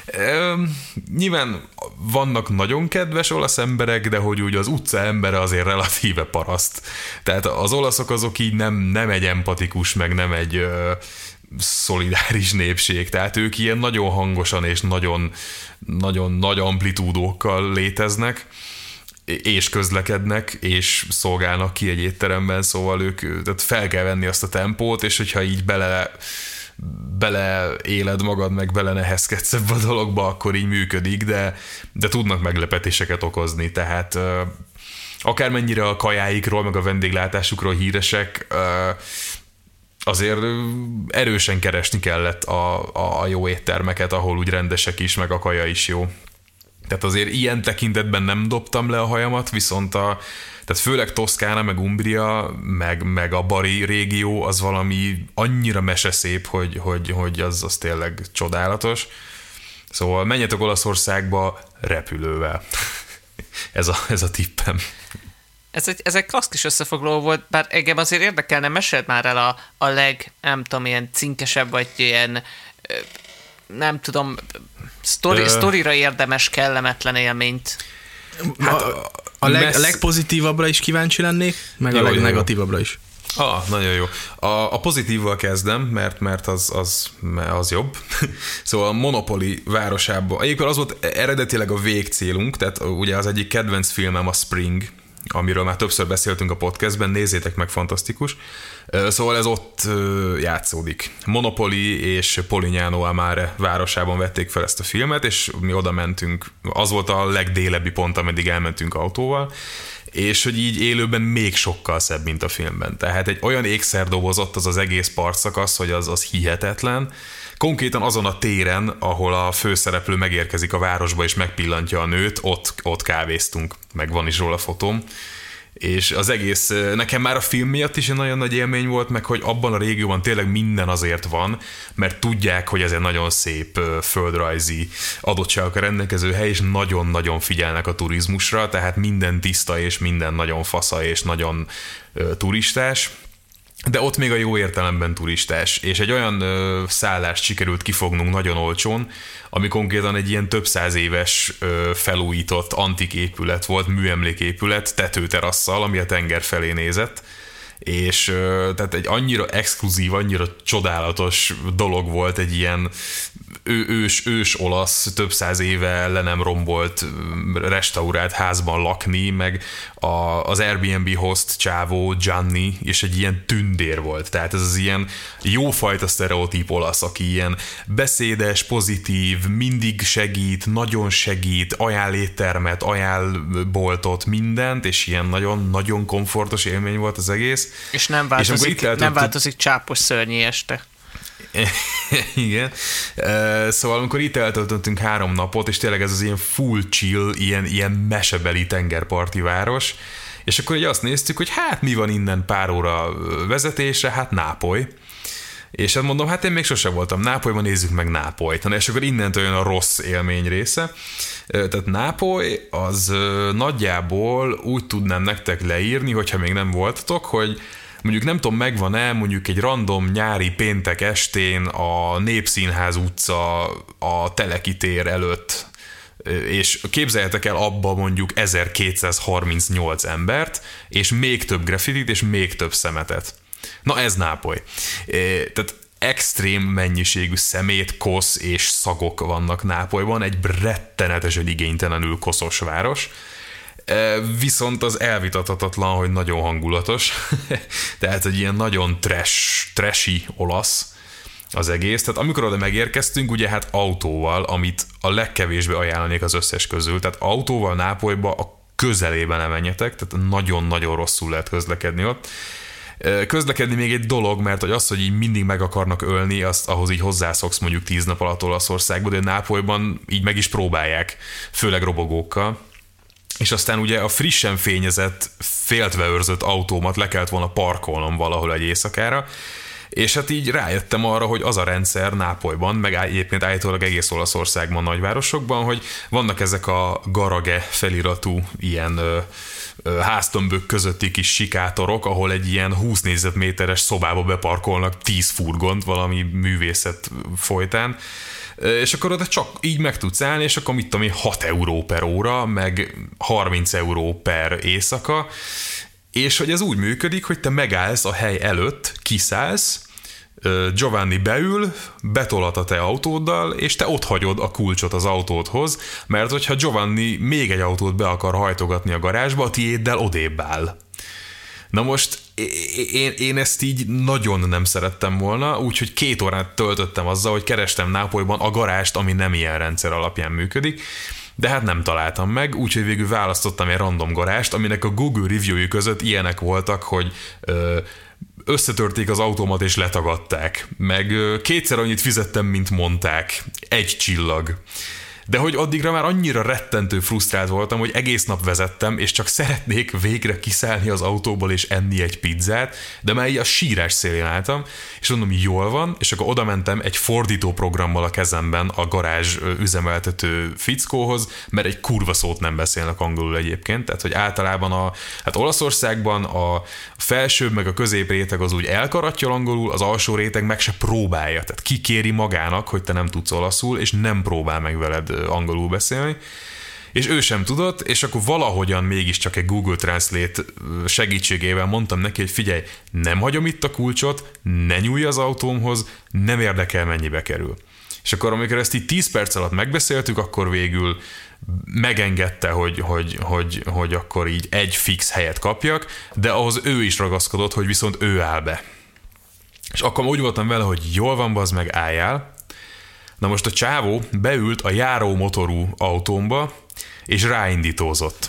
Nyilván vannak nagyon kedves olasz emberek, de hogy úgy az utca embere azért relatíve paraszt. Tehát az olaszok azok így nem egy empatikus, meg nem egy szolidáris népség. Tehát ők ilyen nagyon hangosan és nagyon, nagyon nagy amplitúdókkal léteznek, és közlekednek, és szolgálnak ki egy étteremben, szóval ők, tehát fel kell venni azt a tempót, és hogyha így bele éled magad, meg bele nehezkedsz ebbe a dologba, akkor így működik, de tudnak meglepetéseket okozni, tehát akármennyire a kajáikról, meg a vendéglátásukról híresek, azért erősen keresni kellett a jó éttermeket, ahol úgy rendesek is, meg a kaja is jó. Tehát azért ilyen tekintetben nem dobtam le a hajamat, viszont tehát főleg Toszkána, meg Umbria, meg a Bari régió az valami annyira meseszép, hogy az tényleg csodálatos. Szóval menjetek Olaszországba repülővel. ez a tippem. Ez egy klasszikus összefoglaló volt, bár engem azért érdekelne, meséld már el a nem tudom, ilyen cinkesebb, vagy ilyen nem tudom, sztorira érdemes, kellemetlen élményt. Hát a legpozitívabbra is kíváncsi lennék, meg a legnegatívabbra is. Nagyon jó. A pozitívval kezdem, mert az jobb. Szóval a Monopoly városában, egyébként az volt eredetileg a végcélunk, tehát ugye az egyik kedvenc filmem a Spring, amiről már többször beszéltünk a podcastben, nézzétek meg, fantasztikus. Szóval ez ott játszódik. Monopoly és Polignano a Mare városában vették fel ezt a filmet, és mi oda mentünk, az volt a legdélebbi pont, ameddig elmentünk autóval, és hogy így élőben még sokkal szebb, mint a filmben. Tehát egy olyan ékszerdoboz ott az egész partszakasz, hogy az hihetetlen. Konkrétan azon a téren, ahol a főszereplő megérkezik a városba és megpillantja a nőt, ott kávéztunk, meg van is róla fotóm. És az egész, nekem már a film miatt is egy nagyon nagy élmény volt, meg hogy abban a régióban tényleg minden azért van, mert tudják, hogy ez egy nagyon szép földrajzi adottságokkal rendelkező hely, és nagyon-nagyon figyelnek a turizmusra, tehát minden tiszta, és minden nagyon fasza, és nagyon turistás. De ott még a jó értelemben turistás, és egy olyan szállást sikerült kifognunk nagyon olcsón, ami konkrétan egy ilyen több száz éves felújított antik épület volt, műemléképület, tetőterasszal, ami a tenger felé nézett, és tehát egy annyira exkluzív, annyira csodálatos dolog volt egy ilyen ős olasz, több száz éve le nem rombolt, restaurált házban lakni, meg az Airbnb host csávó Gianni, és egy ilyen tündér volt. Tehát ez az ilyen jófajta sztereotíp olasz, aki ilyen beszédes, pozitív, mindig segít, nagyon segít, ajánl éttermet, ajánl boltot, mindent, és ilyen nagyon-nagyon komfortos élmény volt az egész. És nem változik csápos szörnyi este. Igen. Szóval amikor itt eltöltöttünk 3 napot, és tényleg ez az ilyen full chill, ilyen mesebeli tengerparti város, és akkor így azt néztük, hogy hát mi van innen pár óra vezetésre, hát Nápoly. És hát mondom, hát én még sose voltam Nápolyban, nézzük meg Nápolyt. És akkor innentől jön a rossz élmény része. Tehát Nápoly az nagyjából úgy tudnám nektek leírni, hogyha még nem voltatok, hogy mondjuk nem tudom, megvan-e mondjuk egy random nyári péntek estén a Népszínház utca a Teleki tér előtt, és képzeljetek el abba mondjuk 1238 embert, és még több graffitit, és még több szemetet. Na ez Nápoly. Tehát extrém mennyiségű szemét, kosz és szagok vannak Nápolyban, egy rettenetesen igénytelenül koszos város. Viszont az elvitathatatlan, hogy nagyon hangulatos. Tehát egy ilyen nagyon trashy olasz az egész. Tehát amikor oda megérkeztünk, ugye hát autóval, amit a legkevésbé ajánlanék az összes közül. Tehát autóval Nápolyba a közelébe ne menjetek, tehát nagyon-nagyon rosszul lehet közlekedni ott. Közlekedni még egy dolog, mert hogy az, hogy így mindig meg akarnak ölni, azt ahhoz így hozzászoksz mondjuk 10 nap alatt Olaszországba, de Nápolyban így meg is próbálják, főleg robogókkal. És aztán ugye a frissen fényezett, féltve őrzött autómat le kellett volna parkolnom valahol egy éjszakára, és hát így rájöttem arra, hogy az a rendszer Nápolyban, meg egyébként állítólag egész Olaszországban, nagyvárosokban, hogy vannak ezek a garage feliratú ilyen háztömbök közötti kis sikátorok, ahol egy ilyen 20 négyzetméteres szobába beparkolnak 10 furgont valami művészet folytán, és akkor oda csak így meg tudsz állni, és akkor mit tudom én, 6 euró per óra, meg 30 euró per éjszaka, és hogy ez úgy működik, hogy te megállsz a hely előtt, kiszállsz, Giovanni beül, betolhat a te autóddal, és te ott hagyod a kulcsot az autódhoz, mert hogyha Giovanni még egy autót be akar hajtogatni a garázsba, a tiéddel odébb áll. Na most én ezt így nagyon nem szerettem volna, úgyhogy 2 órát töltöttem azzal, hogy kerestem Nápolyban a garást, ami nem ilyen rendszer alapján működik, de hát nem találtam meg, úgyhogy végül választottam egy random garást, aminek a Google review-i között ilyenek voltak, hogy összetörték az autómat és letagadták, meg 2-szer annyit fizettem, mint mondták, 1 csillag. de hogy addigra már annyira rettentő frusztrált voltam, hogy egész nap vezettem, és csak szeretnék végre kiszállni az autóból és enni egy pizzát, de már így a sírás szélén álltam, és mondom, jól van, és akkor oda mentem egy fordító programmal a kezemben a garázs üzemeltető fickóhoz, mert egy kurva szót nem beszélnek angolul egyébként, tehát hogy általában hát Olaszországban a felsőbb meg a közép réteg az úgy elkarattyol angolul, az alsó réteg meg se próbálja, tehát kikéri magának, hogy te nem tudsz olaszul, és nem próbál meg veled angolul beszélni, és ő sem tudott, és akkor valahogyan mégiscsak egy Google Translate segítségével mondtam neki, hogy figyelj, nem hagyom itt a kulcsot, ne nyúlj az autómhoz, nem érdekel, mennyibe kerül. És akkor amikor ezt így 10 perc alatt megbeszéltük, akkor végül megengedte, hogy akkor így egy fix helyet kapjak, de ahhoz ő is ragaszkodott, hogy viszont ő áll be. És akkor úgy voltam vele, hogy jól van, bazd meg, álljál. Na most a csávó beült a járó motorú autómba, és ráindítózott.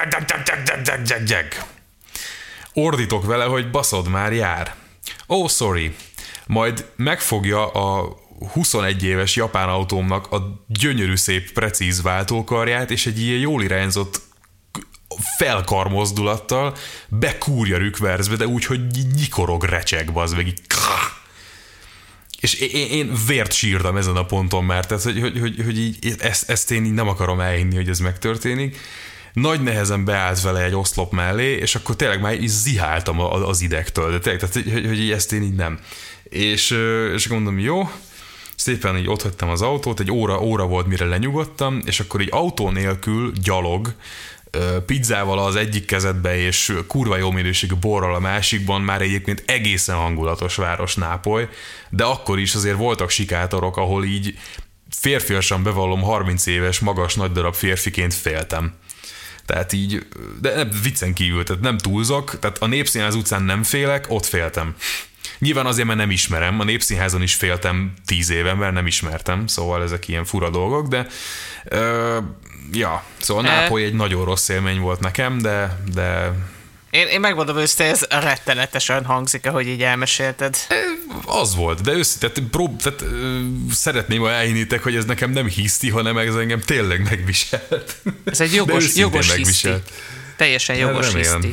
Ordítok vele, hogy baszod, már jár. Oh, sorry. Majd megfogja a 21 éves japán autómnak a gyönyörű szép precíz váltókarját, és egy ilyen jól irányzott felkarmozdulattal bekúrja rükverzbe, de úgy, hogy nyikorog, recseg, bazd meg így. És én vért sírtam ezen a ponton már, tehát hogy így ezt én így nem akarom elhinni, hogy ez megtörténik. Nagy nehezen beállt vele egy oszlop mellé, és akkor tényleg már így ziháltam az idegtől, de tényleg, tehát, hogy ezt én így nem. És akkor mondom, jó, szépen így otthagytam az autót, egy óra volt, mire lenyugodtam, és akkor így autó nélkül gyalog, pizzával az egyik kezedbe, és kurva jó minőségű borral a másikban, már egyébként egészen hangulatos város Nápoly, de akkor is azért voltak sikátorok, ahol így férfiasan bevallom 30 éves, magas, nagy darab férfiként féltem. Tehát így, de nem, viccen kívül, tehát nem túlzok, tehát a Népszínház utcán nem félek, ott féltem. Nyilván azért, mert nem ismerem, a Népszínházon is féltem 10 éve, mert nem ismertem, szóval ezek ilyen fura dolgok, de ja, szóval Nápoly egy nagyon rossz élmény volt nekem, de... Én megmondom őszintén, ez rettenetesen hangzik, ahogy így elmesélted. Az volt, de tehát szeretném, ha elhinnétek, hogy ez nekem nem hiszti, hanem ez engem tényleg megviselt. Ez egy jogos hiszti. Teljesen jogos hiszti.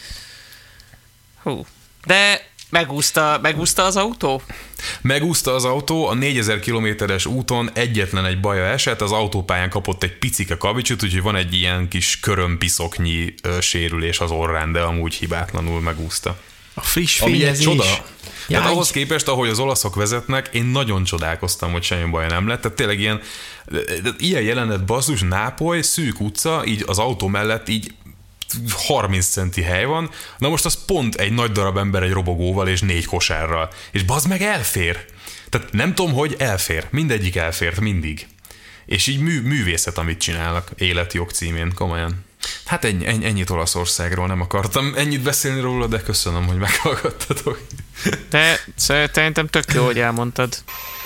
Hú. De megúszta az autó? Megúszta az autó, a 4000 kilométeres úton egyetlen egy baja esett, az autópályán kapott egy picike kavicsot, úgyhogy van egy ilyen kis körömpiszoknyi sérülés az orrán, de amúgy hibátlanul megúszta. A friss fényezés. Ami egy csoda. Tehát ahhoz képest, ahogy az olaszok vezetnek, én nagyon csodálkoztam, hogy semmi baj nem lett. Tehát tényleg ilyen jelenet, basszus, Nápoly, szűk utca, így az autó mellett így 30 centi hely van, na most az pont egy nagy darab ember egy robogóval és 4 kosárral. És bazd meg, elfér. Tehát nem tudom, hogy elfér. Mindegyik elfért, mindig. És így művészet, amit csinálnak életjog címén, komolyan. Hát ennyit Olaszországról, nem akartam ennyit beszélni róla, de köszönöm, hogy meghallgattatok. De szerintem tök jó, hogy elmondtad.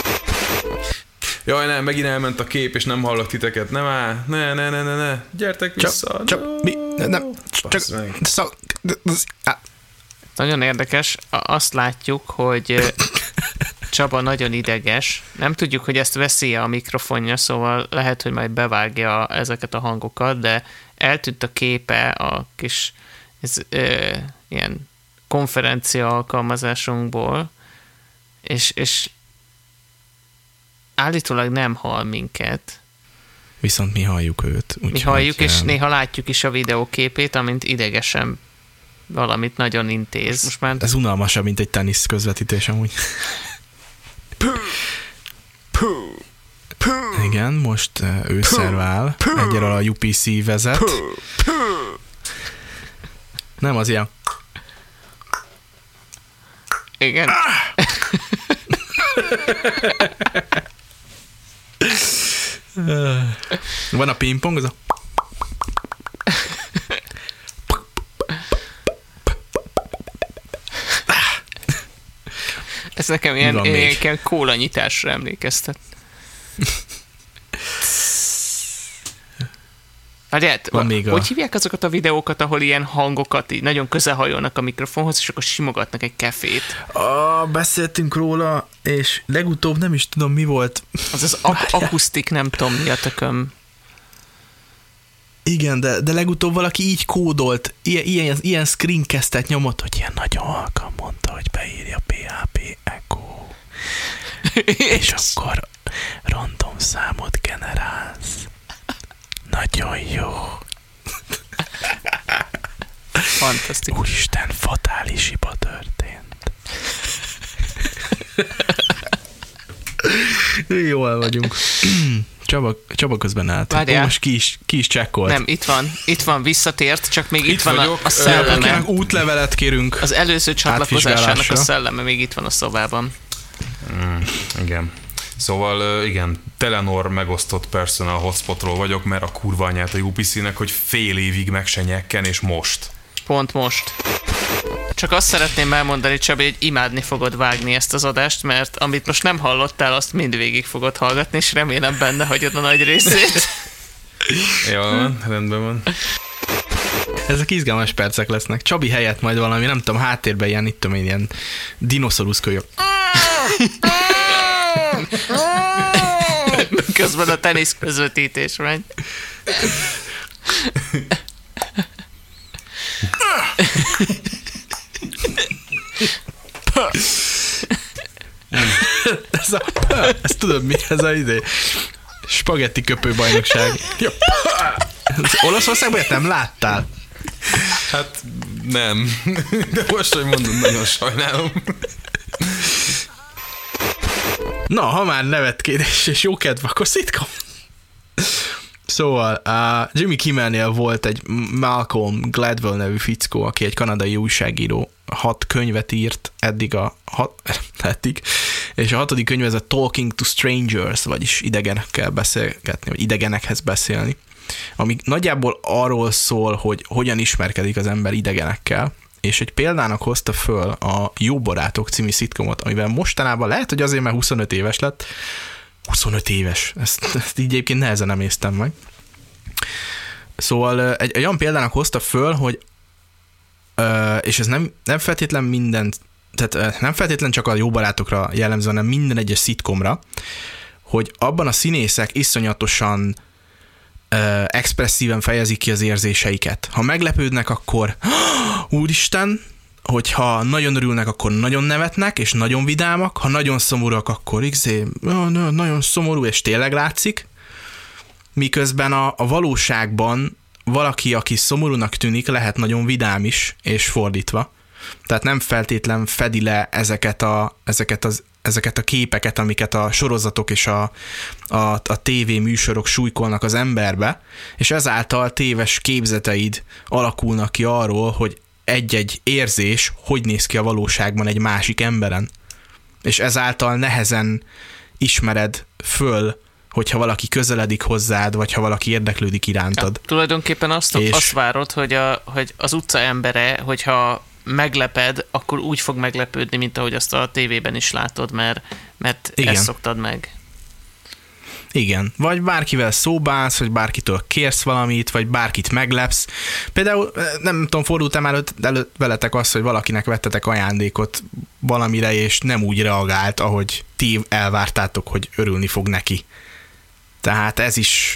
Jaj, nem, megint elment a kép, és nem hallok titeket. Nem áll. Ne. Gyertek vissza. Nagyon érdekes. Azt látjuk, hogy Csaba nagyon ideges. Nem tudjuk, hogy ezt veszi a mikrofonja, szóval lehet, hogy majd bevágja ezeket a hangokat, de eltűnt a képe a kis ilyen konferencia alkalmazásunkból, és állítólag nem hall minket. Viszont mi halljuk őt. Mi halljuk, és néha látjuk is a videóképét, amint idegesen valamit nagyon intéz. Most már... Ez unalmasabb, mint egy tenisz közvetítés amúgy. Igen, most ő szervál. Egyre a UPC vezet. Nem az ilyen. Igen. Van a pingpong, az a... Ez nekem ilyen kólanyitásra emlékeztet. Hogy hívják azokat a videókat, ahol ilyen hangokat így nagyon közel hajolnak a mikrofonhoz, és akkor simogatnak egy kefét? Beszéltünk róla, és legutóbb nem is tudom, mi volt. Az akusztik, nem tudom mi a tököm. Igen, de legutóbb valaki így kódolt, ilyen screencastet nyomott, hogy ilyen nagyon halkan mondta, hogy beírja PHP Echo. És akkor random számot generálsz. Nagyon jó. Fantasztikus. Úristen, fatális hiba történt. Jól vagyunk. Csaba közben állt. Most ki is csekkolt. Nem, itt van, visszatért, csak még itt van a szelleme. Útlevelet kérünk. Az előző csatlakozásának a szelleme még itt van a szobában. Igen. Szóval igen, Telenor megosztott personal hotspotról vagyok, mert a kurva anyát a UPC-nek, hogy fél évig meg se nyekken, és most. Pont most. Csak azt szeretném elmondani, Csabi, hogy imádni fogod vágni ezt az adást, mert amit most nem hallottál, azt mindvégig fogod hallgatni, és remélem benne hagyod a nagy részét. Jó van, rendben van. Ezek izgalmas percek lesznek. Csabi helyett majd valami, nem tudom, háttérben ilyen dinoszaurusz kölyök. Közben a tenisz közvetítés megy. Ez tudod mi? Ez az idő. Spagetti köpőbajnokság. Olaszországban ilyet nem láttál? Hát nem. De most, hogy mondom, nagyon sajnálom. Na, ha már nevetkérdés és jó kedv, akkor szitkom. Szóval Jimmy Kimmelnél volt egy Malcolm Gladwell nevű fickó, aki egy kanadai újságíró, 6 könyvet írt eddig, és a 6. könyv ez a Talking to Strangers, vagyis idegenekkel beszélgetni, vagy idegenekhez beszélni, ami nagyjából arról szól, hogy hogyan ismerkedik az ember idegenekkel, és egy példának hozta föl a Jó Barátok című szitkomot, amivel mostanában lehet, hogy azért, mert 25 éves lett, 25 éves, ezt így egyébként nehezen emésztem meg. Szóval egy olyan példának hozta föl, hogy és ez nem feltétlen mindent, tehát nem feltétlen csak a Jó Barátokra jellemző, hanem minden egyes szitkomra, hogy abban a színészek iszonyatosan expresszíven fejezik ki az érzéseiket. Ha meglepődnek, akkor úristen, hogyha nagyon örülnek, akkor nagyon nevetnek, és nagyon vidámak, ha nagyon szomorúak, akkor nagyon szomorú, és tényleg látszik, miközben a valóságban valaki, aki szomorúnak tűnik, lehet nagyon vidám is, és fordítva. Tehát nem feltétlen fedi le ezeket a képeket, amiket a sorozatok és a TV műsorok súlykolnak az emberbe, és ezáltal téves képzeteid alakulnak ki arról, hogy egy-egy érzés hogy néz ki a valóságban egy másik emberen. És ezáltal nehezen ismered föl, hogyha valaki közeledik hozzád, vagy ha valaki érdeklődik irántad. Ja, tulajdonképpen azt várod, hogy az utca embere, hogyha megleped, akkor úgy fog meglepődni, mint ahogy azt a tévében is látod, mert ezt szoktad meg. Igen, vagy bárkivel szóba állsz, vagy bárkitől kérsz valamit, vagy bárkit meglepsz. Például, nem tudom, fordult-e már veletek az, hogy valakinek vettetek ajándékot valamire, és nem úgy reagált, ahogy ti elvártátok, hogy örülni fog neki. Tehát ez is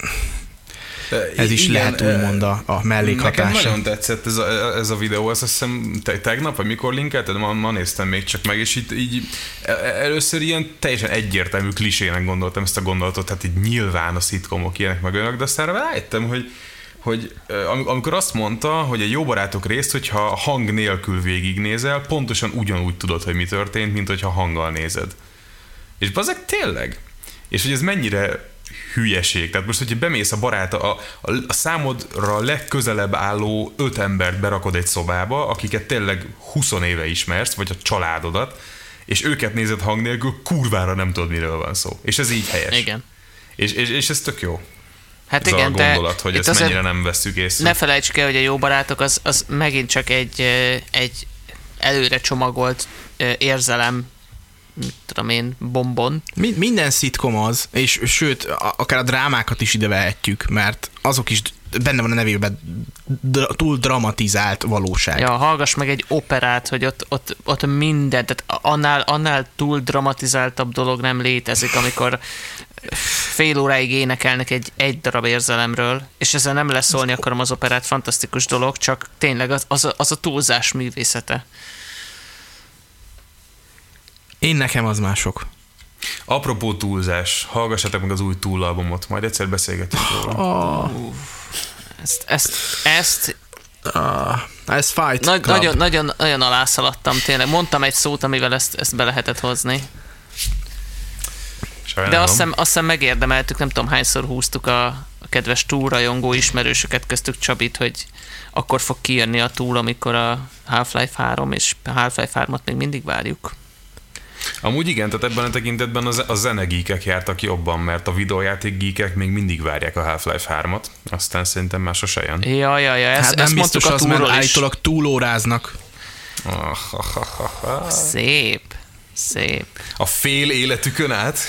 igen, lehet úgymond a mellékhatása. Nekem nagyon tetszett ez a videó, azt hiszem tegnap, vagy mikor linkelted, ma néztem még csak meg, és így először ilyen teljesen egyértelmű klisének gondoltam ezt a gondolatot, hát így nyilván a szitkomok ilyenek meg olyanok, de aztán rájöttem, hogy amikor azt mondta, hogy egy Jó Barátok részt, hogyha hang nélkül végignézel, pontosan ugyanúgy tudod, hogy mi történt, mint hogyha hanggal nézed. És bazeg tényleg? És hogy ez mennyire hülyeség. Tehát most, hogyha bemész a számodra legközelebb álló 5 embert berakod egy szobába, akiket tényleg 20 éve ismersz, vagy a családodat, és őket nézed hang nélkül, kurvára nem tudod, miről van szó. És ez így helyes. Igen. És ez tök jó. Hát ez igen, a gondolat, hogy ezt mennyire nem vesszük észre. Ne felejtsük el, hogy a Jó Barátok az megint csak egy előre csomagolt érzelem mit tudom én, bombon. Minden szitkom az, és sőt, akár a drámákat is ide vehetjük, mert azok is benne van a nevében túl dramatizált valóság. Ja, hallgass meg egy operát, hogy ott minden, tehát annál túl dramatizáltabb dolog nem létezik, amikor fél óráig énekelnek egy darab érzelemről, és ezzel nem leszólni akarom az operát, fantasztikus dolog, csak tényleg az a túlzás művészete. Nekem az mások. Apropó túlzás, hallgassátok meg az új túlalbumot, majd egyszer beszélgetünk róla. Ez Fight Nagyon alászaladtam tényleg. Mondtam egy szót, amivel ezt be lehetett hozni. Sajnálom. De azt hiszem megérdemeltük, nem tudom hányszor húztuk a kedves túlrajongó ismerősöket, köztük Csabit, hogy akkor fog kijönni a túl, amikor a Half-Life 3, és a Half-Life 3-at még mindig várjuk. Amúgy igen, tehát ebben a tekintetben a zenegíkek jártak jobban, mert a videójátékgíkek még mindig várják a Half-Life 3-at, aztán szerintem már sose jön. Ja, ezt mondtuk a túlról is. Állítólag túlóráznak. Szép. A fél életükön át?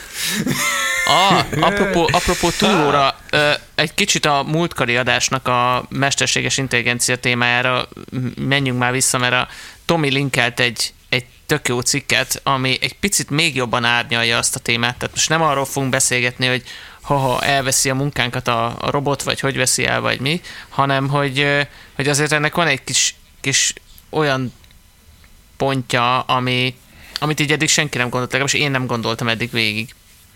Apropó túlóra, egy kicsit a múltkori adásnak a mesterséges intelligencia témájára menjünk már vissza, mert a Tomi linkelt egy tök jó cikket, ami egy picit még jobban árnyalja azt a témát. Tehát most nem arról fogunk beszélgetni, hogy ha elveszi a munkánkat a robot, vagy hogy veszi el, vagy mi, hanem hogy azért ennek van egy kis olyan pontja, amit így eddig senki nem gondolt, legalábbis én nem gondoltam eddig végig.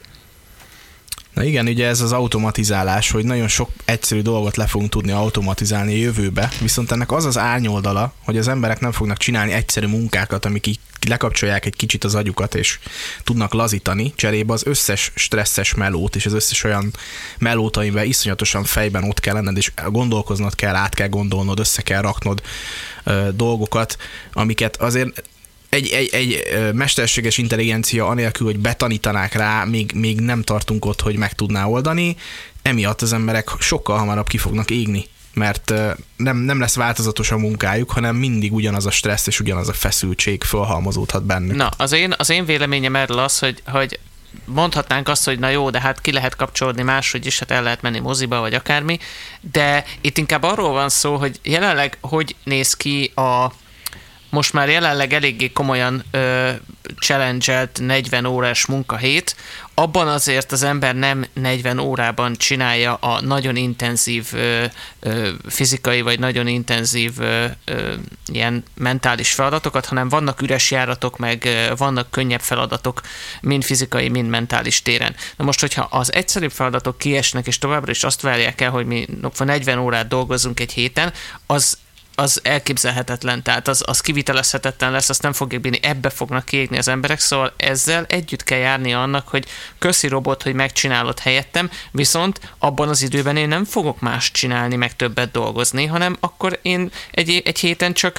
Na igen, ugye ez az automatizálás, hogy nagyon sok egyszerű dolgot le fogunk tudni automatizálni a jövőbe, viszont ennek az árnyoldala, hogy az emberek nem fognak csinálni egyszerű munkákat, amik így lekapcsolják egy kicsit az agyukat, és tudnak lazítani, cserébe az összes stresszes melót, és az összes olyan melót, amivel iszonyatosan fejben ott kell lenned, és gondolkoznod kell, át kell gondolnod, össze kell raknod dolgokat, amiket azért egy mesterséges intelligencia anélkül, hogy betanítanák rá, még nem tartunk ott, hogy meg tudná oldani, emiatt az emberek sokkal hamarabb ki fognak égni, mert nem lesz változatos a munkájuk, hanem mindig ugyanaz a stressz és ugyanaz a feszültség fölhalmozódhat bennük. Na, az én véleményem erről az, hogy mondhatnánk azt, hogy na jó, de hát ki lehet kapcsolódni máshogy is, hát el lehet menni moziba, vagy akármi, de itt inkább arról van szó, hogy jelenleg hogy néz ki most már jelenleg eléggé komolyan challenge-elt 40 órás munkahét, abban azért az ember nem 40 órában csinálja a nagyon intenzív fizikai, vagy nagyon intenzív ilyen mentális feladatokat, hanem vannak üres járatok, meg vannak könnyebb feladatok, mind fizikai, mind mentális téren. Na most, hogyha az egyszerűbb feladatok kiesnek, és továbbra is azt várják el, hogy mi 40 órát dolgozzunk egy héten, az elképzelhetetlen, tehát az kivitelezhetetlen lesz, azt nem fogják bírni, ebbe fognak kiégni az emberek, szóval ezzel együtt kell járnia annak, hogy köszi robot, hogy megcsinálod helyettem, viszont abban az időben én nem fogok más csinálni, meg többet dolgozni, hanem akkor én egy héten csak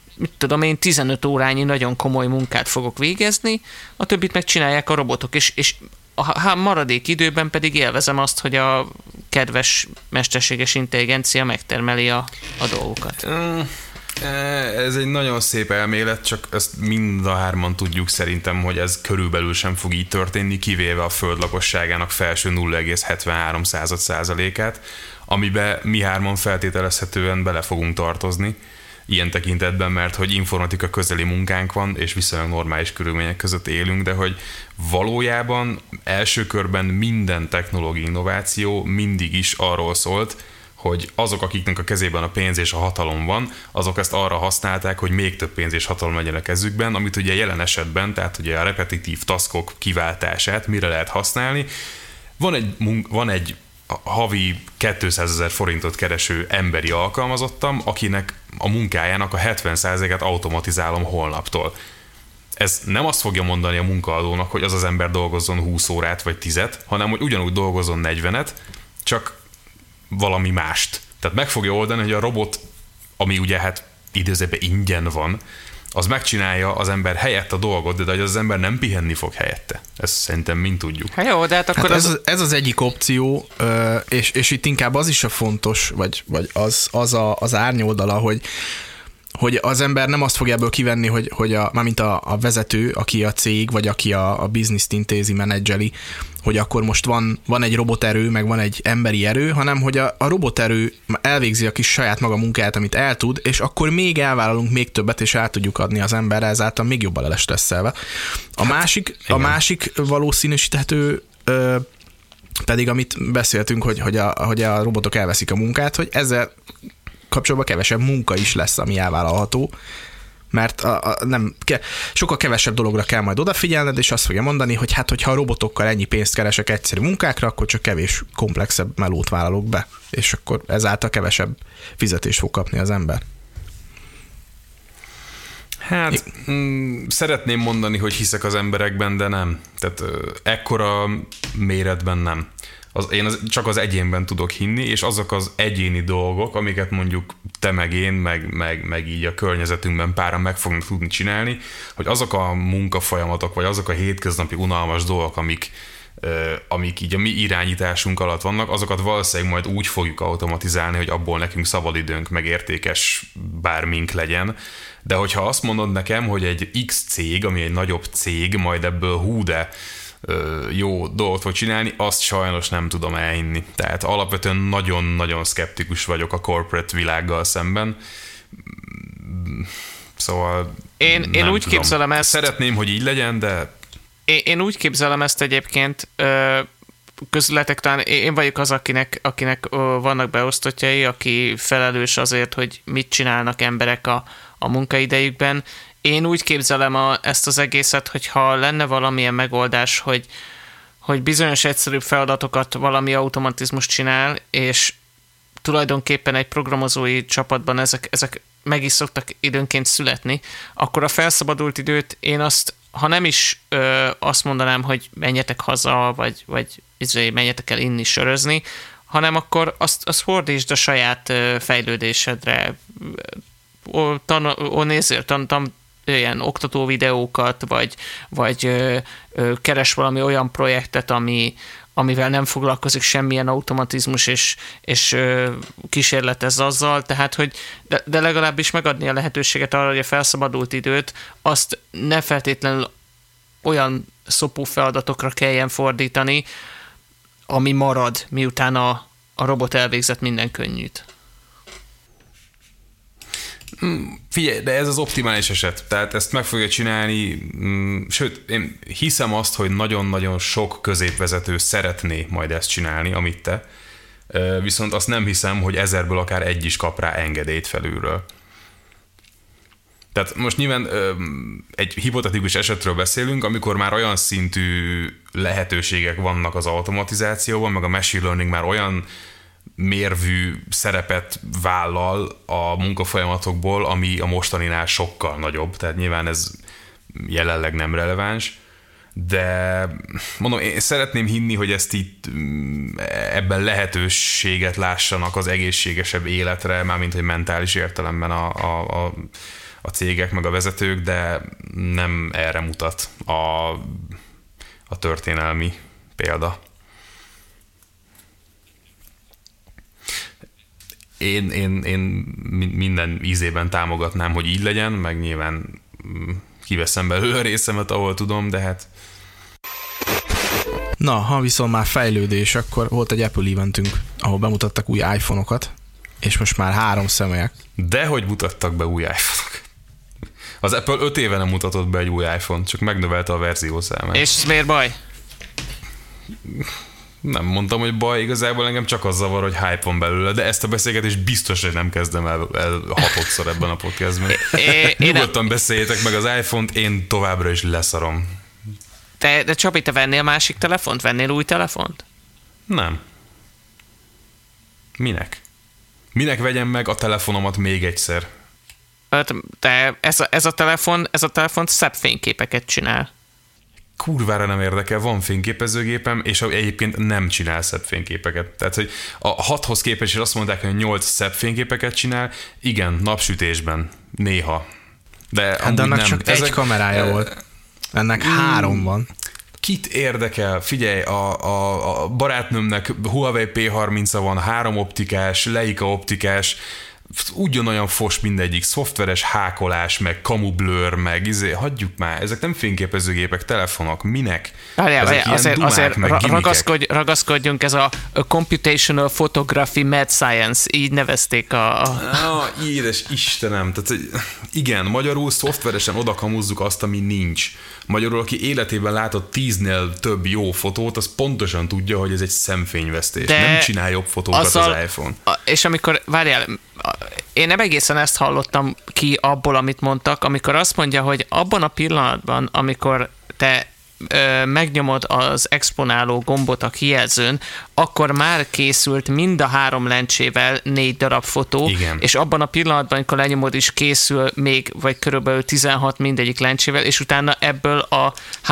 15 órányi nagyon komoly munkát fogok végezni, a többit megcsinálják a robotok, és a maradék időben pedig élvezem azt, hogy a kedves mesterséges intelligencia megtermeli a dolgokat. Ez egy nagyon szép elmélet, csak ezt mind a hárman tudjuk szerintem, hogy ez körülbelül sem fog így történni, kivéve a föld lakosságának felső 0,73%-át, amiben mi hárman feltételezhetően bele fogunk tartozni. Ilyen tekintetben, mert hogy informatika közeli munkánk van, és viszonylag normális körülmények között élünk, de hogy valójában első körben minden technológiai innováció mindig is arról szólt, hogy azok, akiknek a kezében a pénz és a hatalom van, azok ezt arra használták, hogy még több pénz és hatalom legyen a kezükben, amit ugye jelen esetben, tehát ugye a repetitív taskok kiváltását mire lehet használni. Van egy havi 200 000 forintot kereső emberi alkalmazottam, akinek a munkájának a 70%-át automatizálom holnaptól. Ez nem azt fogja mondani a munkaadónak, hogy az az ember dolgozzon 20 órát vagy 10-et, hanem hogy ugyanúgy dolgozzon 40-et, csak valami mást. Tehát meg fogja oldani, hogy a robot, ami ugye hát idézőben ingyen van, az megcsinálja az ember helyett a dolgot, de az ember nem pihenni fog helyette. Ezt szerintem mind tudjuk. Hát jó, de hát akkor ez az egyik opció, és itt inkább az is a fontos, vagy az árnyoldala, hogy az ember nem azt fogja ebből kivenni, hogy mármint a vezető, aki a cég, vagy aki a bizniszt intézi, menedzseli, hogy akkor most van egy roboterő, meg van egy emberi erő, hanem hogy a roboterő elvégzi a kis saját maga munkáját, amit el tud, és akkor még elvállalunk még többet, és el tudjuk adni az emberre, ezáltal még jobban le lesz stresszelve. A másik valószínűsíthető pedig, amit beszéltünk, hogy a robotok elveszik a munkát, hogy ezzel kapcsolatban kevesebb munka is lesz, ami elvállalható, mert sokkal kevesebb dologra kell majd odafigyelned, és azt fogja mondani, hogy hát, hogyha a robotokkal ennyi pénzt keresek egyszerű munkákra, akkor csak kevés komplexebb melót vállalok be, és akkor ezáltal kevesebb fizetést fog kapni az ember. Hát szeretném mondani, hogy hiszek az emberekben, de nem. Tehát ekkora méretben nem. Én csak az egyénben tudok hinni, és azok az egyéni dolgok, amiket mondjuk te meg én, meg így a környezetünkben páran meg fogunk tudni csinálni, hogy azok a munkafolyamatok, vagy azok a hétköznapi unalmas dolgok, amik így a mi irányításunk alatt vannak, azokat valószínűleg majd úgy fogjuk automatizálni, hogy abból nekünk szabadidőnk, meg értékes bármink legyen. De hogyha azt mondod nekem, hogy egy X cég, ami egy nagyobb cég, majd ebből de jó dolgot fog csinálni, azt sajnos nem tudom elhinni. Tehát alapvetően nagyon-nagyon szkeptikus vagyok a corporate világgal szemben. Szóval én úgy képzelem ezt... Szeretném, hogy így legyen, de... Én úgy képzelem ezt egyébként, közületek talán én vagyok az, akinek vannak beosztottjai, aki felelős azért, hogy mit csinálnak emberek a munkaidejükben. Én úgy képzelem ezt az egészet, hogyha lenne valamilyen megoldás, hogy bizonyos egyszerűbb feladatokat valami automatizmus csinál, és tulajdonképpen egy programozói csapatban ezek meg is szoktak időnként születni, akkor a felszabadult időt én azt, ha nem is azt mondanám, hogy menjetek haza, vagy menjetek el inni, sörözni, hanem akkor azt fordítsd a saját fejlődésedre. Nézzél, ilyen oktató videókat, vagy keres valami olyan projektet, amivel nem foglalkozik semmilyen automatizmus, és kísérletez azzal, tehát, hogy de legalábbis megadni a lehetőséget arra, hogy a felszabadult időt, azt ne feltétlenül olyan szopó feladatokra kelljen fordítani, ami marad, miután a robot elvégzett minden könnyűt. Figyelj, de ez az optimális eset, tehát ezt meg fogja csinálni, sőt, én hiszem azt, hogy nagyon-nagyon sok középvezető szeretné majd ezt csinálni, amit te, viszont azt nem hiszem, hogy 1000-ből akár egy is kap rá engedélyt felülről. Tehát most nyilván egy hipotetikus esetről beszélünk, amikor már olyan szintű lehetőségek vannak az automatizációban, meg a machine learning már olyan mérvű szerepet vállal a munkafolyamatokból, ami a mostaninál sokkal nagyobb, tehát nyilván ez jelenleg nem releváns, de mondom, én szeretném hinni, hogy ezt itt ebben lehetőséget lássanak az egészségesebb életre, mármint hogy mentális értelemben a cégek meg a vezetők, de nem erre mutat a történelmi példa. Én minden ízében támogatnám, hogy így legyen, meg nyilván kiveszem belőle a részemet, ahol tudom, de hát... Na, ha viszont már fejlődés, akkor volt egy Apple eventünk, ahol bemutattak új iPhone-okat, és most már 3 személyek. Dehogy mutattak be új iPhone-okat. Az Apple 5 éve nem mutatott be egy új iPhone-t, csak megnövelte a verziószámát. És miért baj? Nem mondtam, hogy baj, igazából engem csak az zavar, hogy hype van belőle, de ezt a beszélgetést biztos, hogy nem kezdem el 6-szor ebben a podcastben. Nyugodtan beszéljétek meg az iPhone-t, én továbbra is leszarom. De Csabi, te vennél másik telefont? Vennél új telefont? Nem. Minek? Minek vegyem meg a telefonomat még egyszer? De ez a telefon szebb fényképeket csinál. Kurvára nem érdekel, van fényképezőgépem, és egyébként nem csinál szebb fényképeket. Tehát, hogy a 6-hoz képest is azt mondták, hogy 8 szebb fényképeket csinál, igen, napsütésben, néha. De annak nem. Csak egy kamerája volt. Ennek 3 van. Kit érdekel? Figyelj, a barátnőmnek Huawei P30-a van, 3 optikás, Leica optikás, ugyanolyan fos mindegyik, szoftveres hákolás, meg kamublőr, meg hagyjuk már, ezek nem fényképezőgépek, telefonok, minek? Azért ragaszkodjunk, ez a Computational Photography Mad Science, így nevezték édes Istenem, tehát igen, magyarul szoftveresen odakamúzzuk azt, ami nincs. Magyarul, aki életében látott 10-nél több jó fotót, az pontosan tudja, hogy ez egy szemfényvesztés. Nem csinál jobb fotókat az iPhone. És amikor, várjál, én nem egészen ezt hallottam ki abból, amit mondtak, amikor azt mondja, hogy abban a pillanatban, amikor te megnyomod az exponáló gombot a kijelzőn, akkor már készült mind a 3 lencsével 4 darab fotó, igen. És abban a pillanatban, amikor lenyomod is készül még, vagy körülbelül 16 mindegyik lencsével, és utána ebből a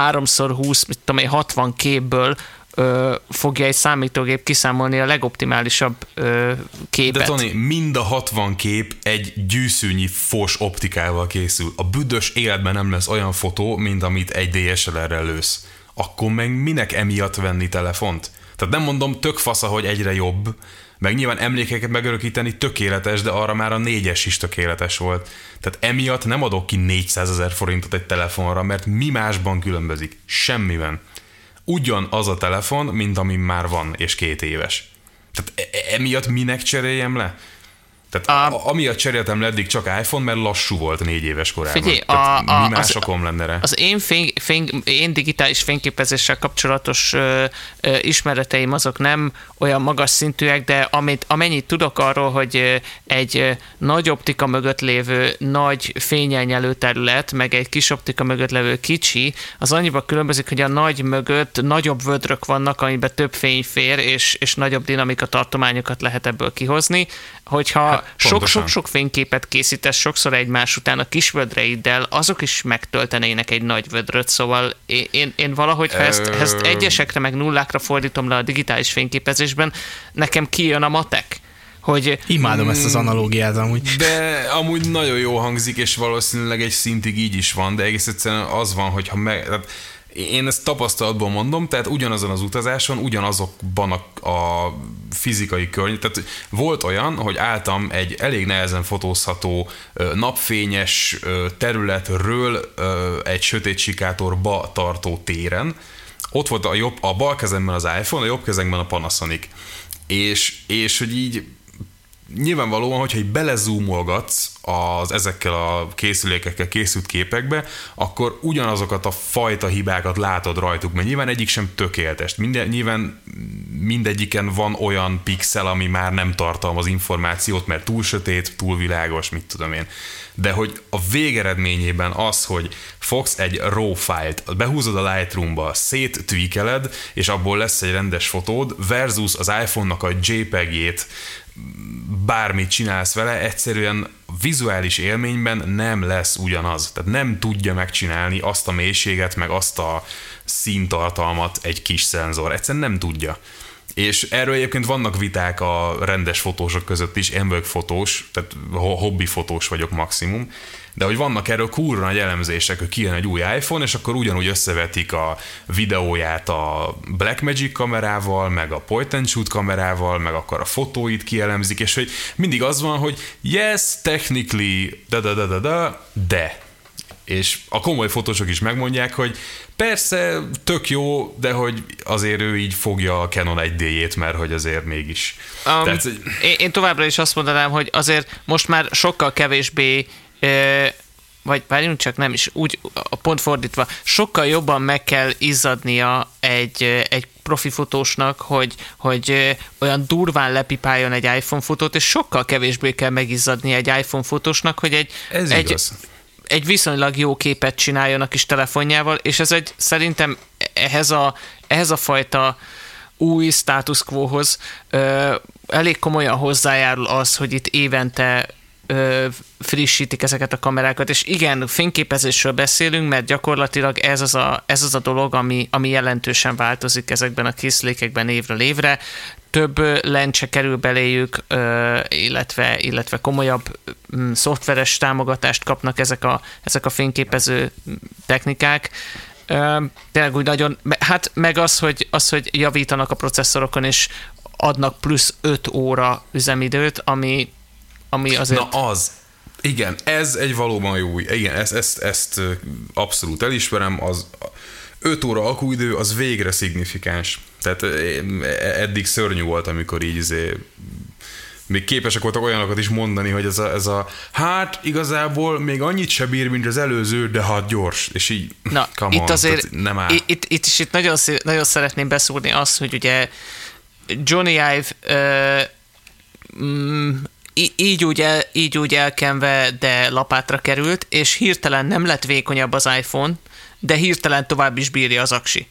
3x20, 60 képből fogja egy számítógép kiszámolni a legoptimálisabb képet. De Tony, mind a 60 kép egy gyűszűnyi fos optikával készül. A büdös életben nem lesz olyan fotó, mint amit egy DSLR-rel lősz. Akkor meg minek emiatt venni telefont? Tehát nem mondom, tök fasza, hogy egyre jobb, meg nyilván emlékeket megörökíteni tökéletes, de arra már a 4-es is tökéletes volt. Tehát emiatt nem adok ki 400 000 forintot egy telefonra, mert mi másban különbözik? Semmiben. Ugyanaz a telefon, mint ami már van, és 2 éves. Tehát emiatt minek cseréljem le? Tehát amiatt cseréltem le eddig csak iPhone, mert lassú volt 4 éves korában. Figyelj, mi más okom lenne rá? Az én digitális fényképezéssel kapcsolatos ismereteim azok nem olyan magas szintűek, de amennyit tudok arról, hogy egy nagy optika mögött lévő nagy fényelnyelő terület, meg egy kis optika mögött lévő kicsi, az annyiba különbözik, hogy a nagy mögött nagyobb vödrök vannak, amiben több fény fér, és nagyobb dinamika tartományokat lehet ebből kihozni. Hogyha sok-sok fényképet készítesz sokszor egymás után a kis vödreiddel, azok is megtöltenének egy nagy vödröt, szóval én valahogy, ha ezt egyesekre meg nullákra fordítom le a digitális fényképezésben, nekem kijön a matek. Hogy imádom ezt az analógiát amúgy. De amúgy nagyon jó hangzik, és valószínűleg egy szintig így is van, de egész egyszerűen az van, hogyha én ezt tapasztalatból mondom, tehát ugyanazon az utazáson, ugyanazokban a fizikai tehát volt olyan, hogy álltam egy elég nehezen fotózható napfényes területről egy sötét sikátorba tartó téren. Ott volt a bal kezemben az iPhone, a jobb kezemben a Panasonic. És hogy így nyilvánvalóan, hogyha így belezoomolgatsz ezekkel a készülékekkel készült képekbe, akkor ugyanazokat a fajta hibákat látod rajtuk, mert nyilván egyik sem tökéletes. Nyilván mindegyiken van olyan pixel, ami már nem tartalmaz információt, mert túl sötét, túl világos, mit tudom én. De hogy a végeredményében az, hogy fogsz egy RAW file-t, behúzod a Lightroom-ba, széttweakeled, és abból lesz egy rendes fotód, versus az iPhone-nak a JPEG-jét, bármit csinálsz vele, egyszerűen vizuális élményben nem lesz ugyanaz. Tehát nem tudja megcsinálni azt a mélységet, meg azt a színtartalmat egy kis szenzor. Egyszerűen nem tudja. És erről egyébként vannak viták a rendes fotósok között is, én vagyok fotós, tehát hobbi fotós vagyok maximum, de hogy vannak erről kurva nagy elemzések, hogy kijön egy új iPhone, és akkor ugyanúgy összevetik a videóját a Blackmagic kamerával, meg a point and shoot kamerával, meg akkor a fotóit kielemzik, és hogy mindig az van, hogy yes, technically, de. És a komoly fotósok is megmondják, hogy persze, tök jó, de hogy azért ő így fogja a Canon 1D-jét, mert hogy azért mégis. Én továbbra is azt mondanám, hogy azért most már sokkal kevésbé, vagy várjunk csak, nem is, úgy pont fordítva, sokkal jobban meg kell izzadnia egy profi fotósnak, hogy olyan durván lepipáljon egy iPhone fotót, és sokkal kevésbé kell megizzadnia egy iPhone fotósnak, hogy egy viszonylag jó képet csináljon a kis telefonjával, és ez szerintem ehhez a fajta új status quo-hoz elég komolyan hozzájárul az, hogy itt évente frissítik ezeket a kamerákat, és igen, fényképezésről beszélünk, mert gyakorlatilag ez az a dolog, ami jelentősen változik ezekben a készülékekben évről évre. Több lencse kerül beléjük, illetve komolyabb szoftveres támogatást kapnak ezek a fényképező technikák. Tényleg úgy nagyon, hát meg az, hogy javítanak a processzorokon, és adnak plusz 5 óra üzemidőt, ami azért... Na az, igen, ez egy valóban jó, igen, ezt abszolút elismerem, az 5 óra akkuidő az végre szignifikáns. Tehát eddig szörnyű volt, amikor így még képesek voltak olyanokat is mondani, hogy ez a hát igazából még annyit se bír, mint az előző, de hát gyors. És így, na, itt azért, nem áll. Itt nagyon szeretném beszúrni azt, hogy ugye Johnny Ive így úgy elkenve, de lapátra került, és hirtelen nem lett vékonyabb az iPhone, de hirtelen tovább is bírja az aksi.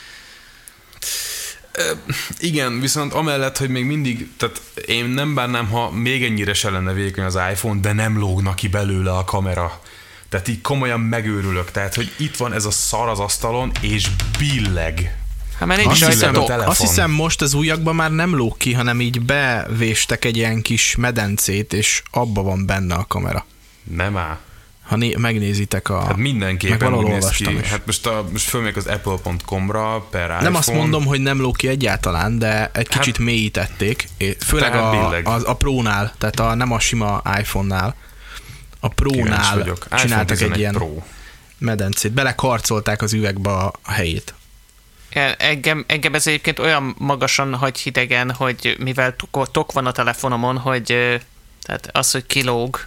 Igen, viszont amellett, hogy még mindig, tehát én nem bánnám, ha még ennyire se lenne vékony az iPhone, de nem lógna ki belőle a kamera. Tehát így komolyan megőrülök. Tehát, hogy itt van ez a szar az asztalon, és billeg. Hát már nincs azt hiszem most az újakban már nem lóg ki, hanem így bevéstek egy ilyen kis medencét, és abba van benne a kamera. Nem áll. Ha megnézitek hát mindenképpen úgy néz ki. Hát most fölmegyek az apple.com-ra per iPhone. Nem azt mondom, hogy nem lóg ki egyáltalán, de egy kicsit mélyítették. Főleg a Pro-nál, tehát nem a sima iPhone-nál. A Pro-nál csináltak egy ilyen medencét. Belekarcolták az üvegbe a helyét. Engem ez egyébként olyan magasan hagy hidegen, hogy mivel tok van a telefonomon, hogy tehát az, hogy kilóg,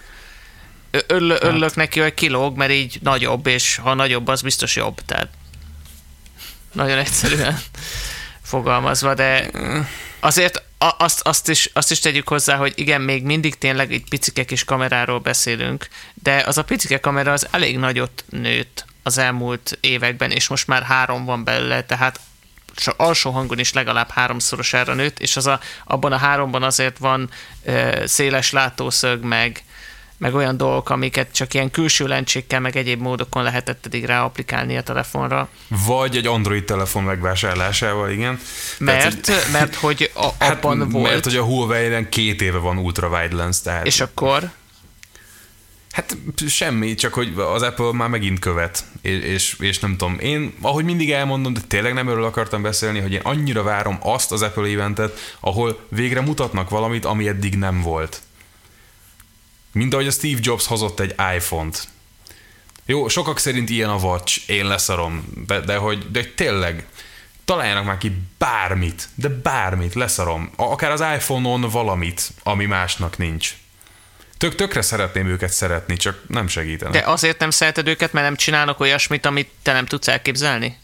örülök neki, hogy kilóg, mert így nagyobb, és ha nagyobb, az biztos jobb. Tehát nagyon egyszerűen fogalmazva, de azért azt is tegyük hozzá, hogy igen, még mindig tényleg egy picike kis kameráról beszélünk, de az a picike kamera az elég nagyot nőtt az elmúlt években, és most már 3 van belőle, tehát alsó hangon is legalább 3-szorosára nőtt, és abban a 3-ban azért van széles látószög, meg olyan dolgok, amiket csak ilyen külső lencsékkel, meg egyéb módokon lehetett eddig ráapplikálni a telefonra. Vagy egy Android telefon megvásárlásával, igen. Mert hogy abban volt. Mert hogy a Huawei-en 2 éve van ultra-wide lens, tehát... És akkor... Hát semmi, csak hogy az Apple már megint követ, és nem tudom, én, ahogy mindig elmondom, de tényleg nem erről akartam beszélni, hogy én annyira várom azt az Apple eventet, ahol végre mutatnak valamit, ami eddig nem volt. Mint ahogy a Steve Jobs hozott egy iPhone-t. Jó, sokak szerint ilyen a Watch, én leszarom, de tényleg találjanak már ki bármit, de bármit, leszarom. Akár az iPhone-on valamit, ami másnak nincs. Tökre szeretném őket szeretni, csak nem segítenek. De azért nem szereted őket, mert nem csinálnak olyasmit, amit te nem tudsz elképzelni?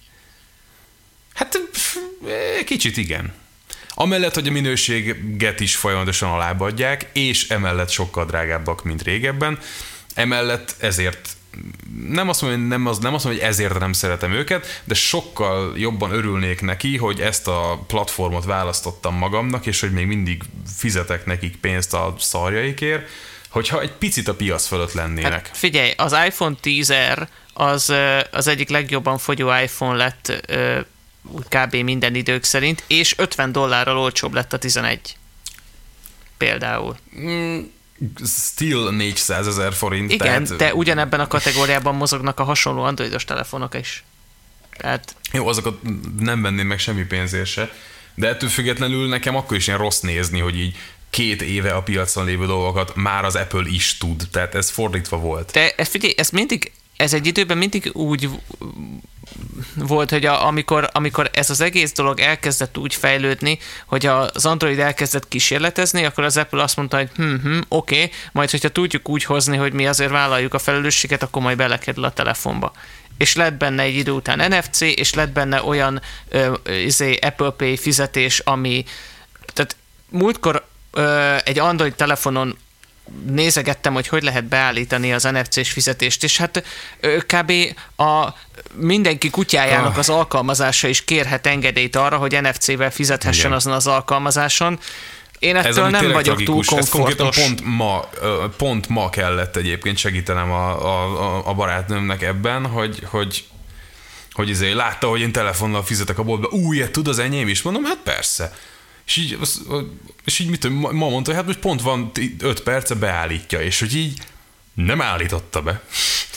Hát kicsit igen. Amellett, hogy a minőséget is folyamatosan alább adják, és emellett sokkal drágábbak, mint régebben. Emellett ezért nem azt mondom, hogy ezért nem szeretem őket, de sokkal jobban örülnék neki, hogy ezt a platformot választottam magamnak, és hogy még mindig fizetek nekik pénzt a szarjaikért, hogyha egy picit a piac fölött lennének. Hát figyelj, az iPhone XR az egyik legjobban fogyó iPhone lett kb. Minden idők szerint, és $50 olcsóbb lett a 11. Például. Still 400 000 forint. Igen, de ugyanebben a kategóriában mozognak a hasonló androidos telefonok is. Tehát... Jó, azokat nem venném meg semmi pénzért se, de ettől függetlenül nekem akkor is ilyen rossz nézni, hogy így 2 éve a piacon lévő dolgokat már az Apple is tud. Tehát ez fordítva volt. De figyelj, ez egy időben mindig úgy volt, hogy amikor ez az egész dolog elkezdett úgy fejlődni, hogy az Android elkezdett kísérletezni, akkor az Apple azt mondta, hogy oké, majd hogyha tudjuk úgy hozni, hogy mi azért vállaljuk a felelősséget, akkor majd belekerül a telefonba. És lett benne egy idő után NFC, és lett benne olyan Apple Pay fizetés, ami... Tehát múltkor egy Android telefonon nézegettem, hogy lehet beállítani az NFC-s fizetést, és hát kb. Mindenki kutyájának az alkalmazása is kérhet engedélyt arra, hogy NFC-vel fizethessen azon az alkalmazáson. Én ettől nem vagyok tragikus. Túl komfortos. Ez pont ma kellett egyébként segítenem a barátnőmnek ebben, hogy látta, hogy én telefonnal fizetek a boltba. Tud az enyém is? Mondom, hát persze. És így mit tudom, ma mondta, hogy hát most pont van 5 perce, beállítja, és hogy így nem állította be.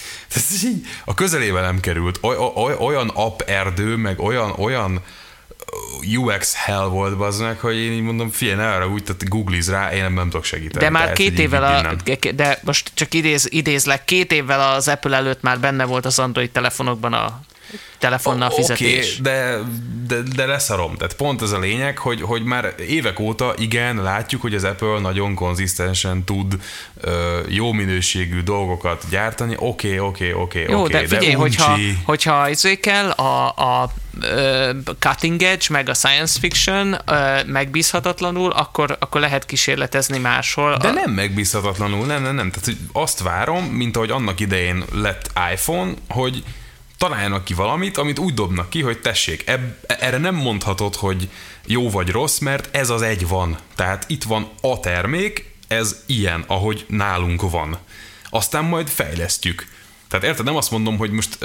Ez így a közelébe nem került. Olyan app erdő, meg olyan UX hell volt, bazd meg, hogy én így mondom, figyelj, ne arra úgy, tehát googliz rá, én nem tudok segíteni. De már 2 évvel, de most csak idézlek, 2 évvel az Apple előtt már benne volt az Android telefonokban a telefonnal fizetés. De leszarom. Tehát pont ez a lényeg, hogy már évek óta igen, látjuk, hogy az Apple nagyon konzisztensen tud jó minőségű dolgokat gyártani. Oké. Jó, de figyelj, hogyha izé kell a cutting edge, meg a science fiction megbízhatatlanul, akkor lehet kísérletezni máshol. De nem megbízhatatlanul, nem. Tehát hogy azt várom, mint ahogy annak idején lett iPhone, hogy találjanak ki valamit, amit úgy dobnak ki, hogy tessék, erre nem mondhatod, hogy jó vagy rossz, mert ez az egy van. Tehát itt van a termék, ez ilyen, ahogy nálunk van. Aztán majd fejlesztjük. Tehát érted, nem azt mondom, hogy most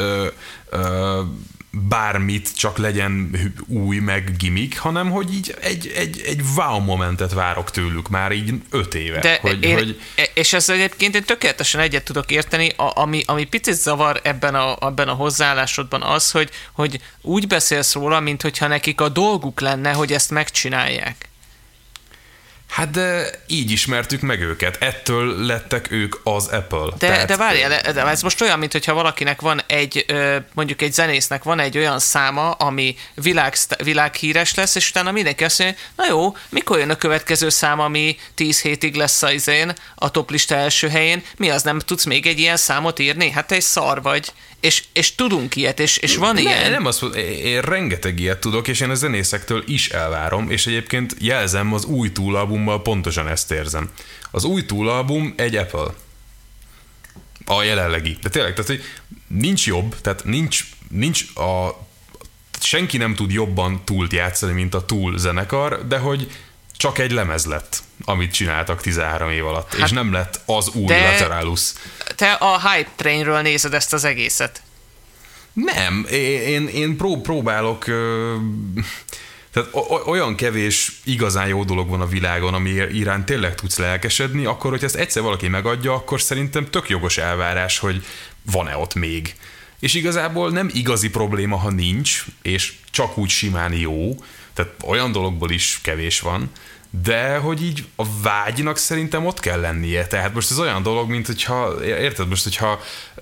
bármit csak legyen új, meg gimmick, hanem hogy így egy wow momentet várok tőlük már így 5 éve. De és ez egyébként én tökéletesen egyet tudok érteni, ami picit zavar ebben a hozzáállásodban az, hogy úgy beszélsz róla, mintha nekik a dolguk lenne, hogy ezt megcsinálják. Hát de így ismertük meg őket. Ettől lettek ők az Apple. De várjál, ez most olyan, mintha valakinek van mondjuk egy zenésznek van egy olyan száma, ami világhíres lesz, és utána mindenki azt mondja, na jó, mikor jön a következő szám, ami 10 hétig lesz a toplista első helyén, mi az, nem tudsz még egy ilyen számot írni? Hát te egy szar vagy. És tudunk ilyet, és van ilyen. Nem azt mondom, én rengeteg ilyet tudok, és én a zenészektől is elvárom, és egyébként jelzem, az új túlalbummal pontosan ezt érzem. Az új túlalbum egy Apple. A jelenlegi. De tényleg, tehát hogy nincs jobb, tehát nincs senki nem tud jobban túlt játszani, mint a Tool zenekar, de hogy csak egy lemez lett, amit csináltak 13 év alatt, és nem lett az új Lateralus. Te a hype trainről nézed ezt az egészet. Nem, én próbálok, tehát olyan kevés igazán jó dolog van a világon, ami iránt tényleg tudsz lelkesedni, akkor, hogy ezt egyszer valaki megadja, akkor szerintem tök jogos elvárás, hogy van-e ott még. És igazából nem igazi probléma, ha nincs, és csak úgy simán jó, tehát olyan dologból is kevés van, de hogy így a vágynak szerintem ott kell lennie. Tehát most ez olyan dolog, mint hogyha, érted, most hogyha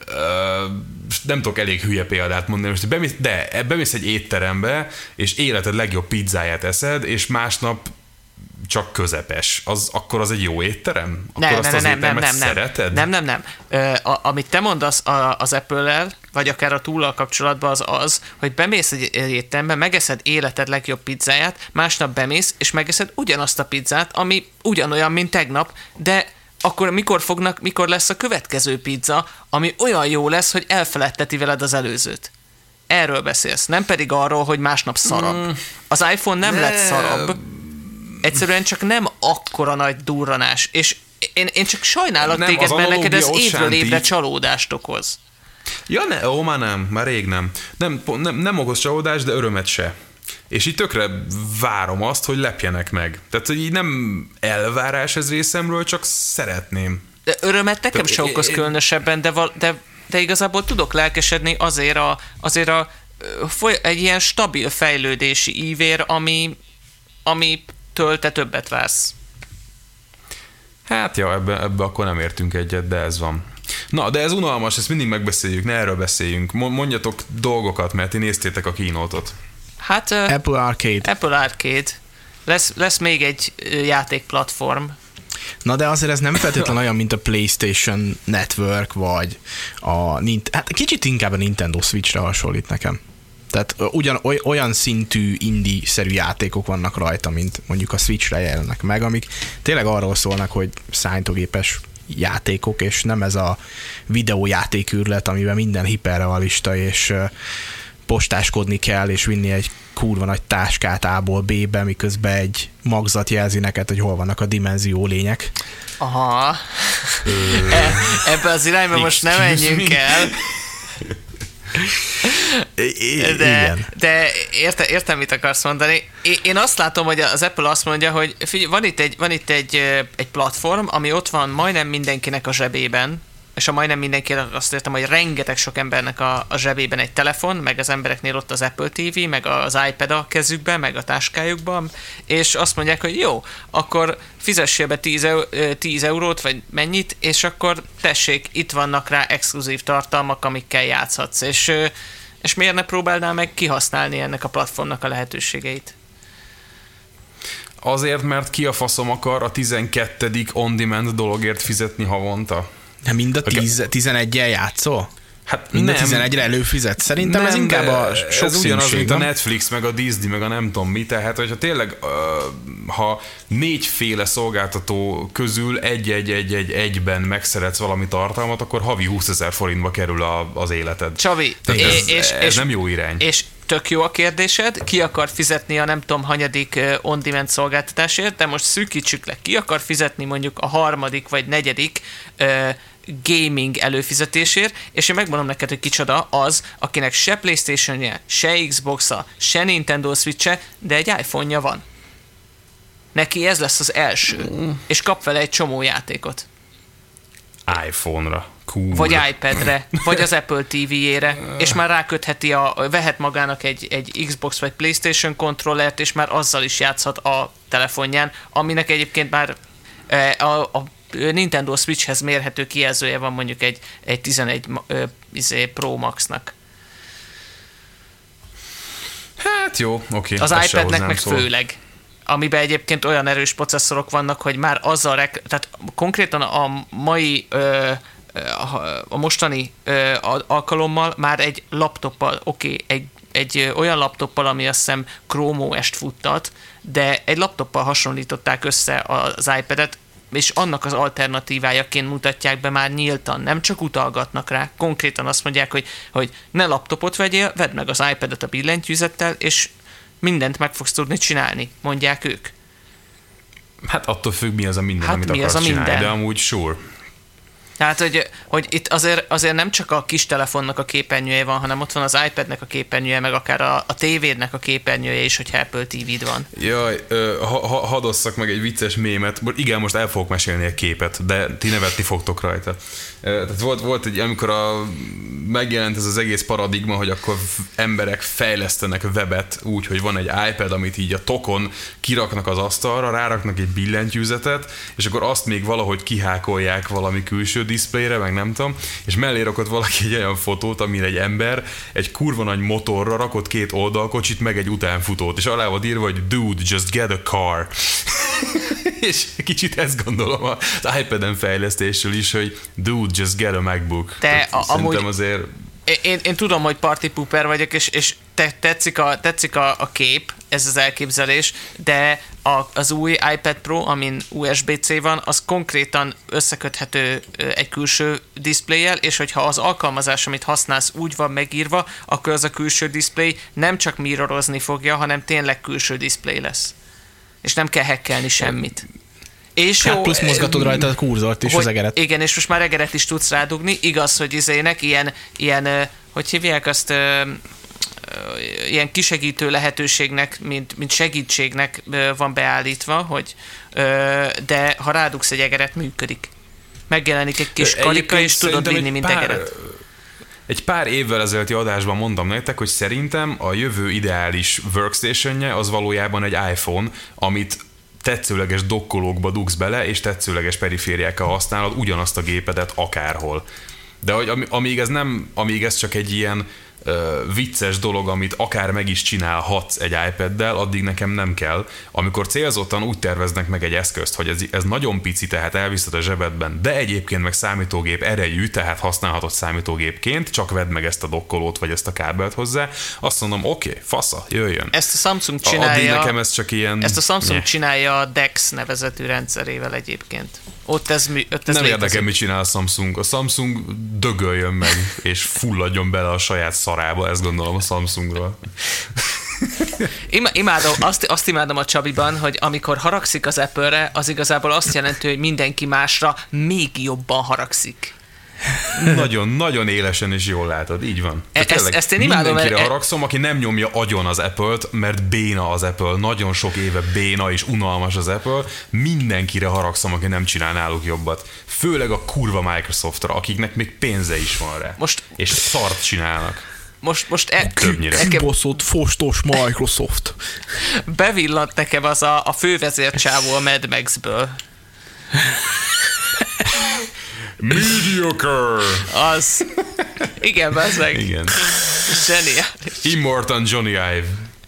nem tudok elég hülye példát mondani, most bemész egy étterembe, és életed legjobb pizzáját eszed, és másnap csak közepes. Akkor az egy jó étterem? Akkor azt az éttermet szereted? Nem. Amit te mondasz az Apple-lel, vagy akár a Tool-al kapcsolatban az, hogy bemész egy étterembe, megeszed életed legjobb pizzáját, másnap bemész, és megeszed ugyanazt a pizzát, ami ugyanolyan, mint tegnap, de akkor mikor lesz a következő pizza, ami olyan jó lesz, hogy elfeledteti veled az előzőt. Erről beszélsz, nem pedig arról, hogy másnap szarabb. Az iPhone nem lett szarabb, egyszerűen csak nem akkora nagy durranás, és én csak sajnálok téged, mert neked ez évről évre csalódást okoz. Ja, már rég nem. Nem okoz csalódást, de örömet se. És így tökre várom azt, hogy lepjenek meg. Tehát, hogy így nem elvárás ez részemről, csak szeretném. De örömet nekem se okoz különösebben, de igazából tudok lelkesedni azért egy ilyen stabil fejlődési ívér, amitől te többet vársz. Hát ja, ebbe akkor nem értünk egyet, de ez van. Na, de ez unalmas, ezt mindig megbeszéljük, ne erről beszéljünk. Mondjatok dolgokat, mert ti néztétek a keynote-ot. Hát Apple Arcade. Lesz még egy játékplatform. Na de azért ez nem feltétlenül olyan, mint a PlayStation Network, vagy hát kicsit inkább a Nintendo Switch-re hasonlít nekem. Tehát olyan szintű indie-szerű játékok vannak rajta, mint mondjuk a Switch-re jelennek meg, amik tényleg arról szólnak, hogy számítógépes játékok, és nem ez a videójátékűrlet, amiben minden hiperrealista, és postáskodni kell, és vinni egy kurva nagy táskát A-ból B-be, miközben egy magzat jelzi neked, hogy hol vannak a dimenzió lények. Aha. Ebbe az irányba most nem menjünk el. De értem, mit akarsz mondani. Én azt látom, hogy az Apple azt mondja, hogy figyelj, van itt egy platform, ami ott van majdnem mindenkinek a zsebében, és a majdnem mindenki, azt értem, hogy rengeteg sok embernek a zsebében egy telefon, meg az embereknél ott az Apple TV, meg az iPad a kezükben, meg a táskájukban, és azt mondják, hogy jó, akkor fizessél be 10 eurót, vagy mennyit, és akkor tessék, itt vannak rá exkluzív tartalmak, amikkel játszhatsz, és miért ne próbálnál meg kihasználni ennek a platformnak a lehetőségeit? Azért, mert ki a faszom akar a 12. on-demand dologért fizetni havonta? De mind a 11-jel játszol? Hát mind a 11-re előfizet. Szerintem nem, ez inkább a ez ugyanaz, mint a Netflix, meg a Disney, meg a nem tudom mi. Tehát, hogyha tényleg, ha 4 féle szolgáltató közül egyben megszeretsz valami tartalmat, akkor havi 20 000 forintba kerül az életed. Csabi, ez nem jó irány. És tök jó a kérdésed, ki akar fizetni a nem tudom hanyadik on-demand szolgáltatásért, de most szűkítsük le, ki akar fizetni mondjuk a 3. vagy 4. gaming előfizetésért, és én megmondom neked, hogy kicsoda az, akinek se PlayStation-je, se Xbox-a, se Nintendo Switch-e, de egy iPhone-ja van. Neki ez lesz az első, és kap vele egy csomó játékot. iPhone-ra. Cool. Vagy iPad-re, vagy az Apple TV-jére, és már rákötheti, vehet magának egy Xbox vagy PlayStation kontrollert, és már azzal is játszhat a telefonján, aminek egyébként már a Nintendo Switchhez mérhető kijelzője van mondjuk egy 11 Pro Max-nak. Hát jó, oké. Az iPad-nek meg főleg. Amiben egyébként olyan erős processzorok vannak, hogy már azzal, tehát konkrétan a mai a mostani alkalommal már egy laptoppal, egy olyan laptoppal, ami azt hiszem Chrome OS-t futtat, de egy laptoppal hasonlították össze az iPad-et, és annak az alternatívájaként mutatják be már nyíltan, nem csak utalgatnak rá, konkrétan azt mondják, hogy ne laptopot vegyél, vedd meg az iPad-et a billentyűzettel, és mindent meg fogsz tudni csinálni, mondják ők. Hát attól függ, mi az a minden, amit akarsz csinálni, de amúgy sure. Tehát, hogy itt azért nem csak a kis telefonnak a képernyője van, hanem ott van az iPadnek a képernyője, meg akár a tévédnek a képernyője is, hogyha Apple TV-d van. Jaj, hadd osszak meg egy vicces mémet. Igen, most el fogok mesélni egy képet, de ti nevetni fogtok rajta. Tehát volt egy, amikor megjelent ez az egész paradigma, hogy akkor emberek fejlesztenek webet úgy, hogy van egy iPad, amit így a tokon kiraknak az asztalra, ráraknak egy billentyűzetet, és akkor azt még valahogy kihákolják valami külső diszpléjre, meg nem tudom, és mellé rakott valaki egy olyan fotót, amire egy ember egy kurva nagy motorra rakott 2 oldalkocsit, meg egy utánfutót, és alá volt írva, hogy dude, just get a car. És kicsit ezt gondolom az iPad-en fejlesztésről is, hogy dude, just get a MacBook. De amúgy azért... Én tudom, hogy party pooper vagyok, és tetszik a kép, ez az elképzelés, de az új iPad Pro, amin USB-C van, az konkrétan összeköthető egy külső diszpléjjel, és hogyha az alkalmazás, amit használsz, úgy van megírva, akkor az a külső diszplé nem csak mirrorozni fogja, hanem tényleg külső diszplé lesz. És nem kell hackelni semmit. És hát jó, plusz mozgatod rajta a kurzort és az egeret. Igen, és most már egeret is tudsz rádugni. Igaz, hogy izének ilyen hogy hívják azt, ilyen kisegítő lehetőségnek, mint segítségnek van beállítva, hogy de ha rádugsz egy egeret, működik. Megjelenik egy kis karika, és tudod vinni, mint egeret. Egy pár évvel ezelőtti adásban mondtam nektek, hogy szerintem a jövő ideális workstation-je az valójában egy iPhone, amit tetszőleges dokkolókba dugsz bele, és tetszőleges perifériákkal használod ugyanazt a gépedet akárhol. De hogy amíg ez csak egy ilyen vicces dolog, amit akár meg is csinálhatsz egy iPaddel, addig nekem nem kell. Amikor célzottan úgy terveznek meg egy eszközt, hogy ez nagyon pici, tehát elviszed a zsebedben, de egyébként meg számítógép erejű, tehát használhatod számítógépként, csak vedd meg ezt a dokkolót, vagy ezt a kábelt hozzá, azt mondom, oké, fasza, jöjjön. Ezt a Samsung csinálja, addig nekem ez csak ilyen... Ezt a Samsung csinálja a DeX nevezetű rendszerével egyébként. Ott ez nem érdekel, mit csinál a Samsung. A Samsung dögöljön meg, és fulladjon bele a saját szarába, ezt gondolom a Samsungról. Azt imádom a Csabiban, hogy amikor haragszik az Apple-re, az igazából azt jelenti, hogy mindenki másra még jobban haragszik. Nagyon élesen és jól látod, így van. Ezt én imádom. Mindenkire haragszom, aki nem nyomja agyon az Apple-t, mert béna az Apple. Nagyon sok éve béna és unalmas az Apple. Mindenkire haragszom, aki nem csinál náluk jobbat. Főleg a kurva Microsoftra, akiknek még pénze is van rá. És szart csinálnak. Most kibaszott fostos Microsoft. Bevillant nekem az a fővezércsávó a Mad Max-ből. Mediocre! Az. Igen, bezzeg. Igen. Zseniális. Immortan Johnny Ive.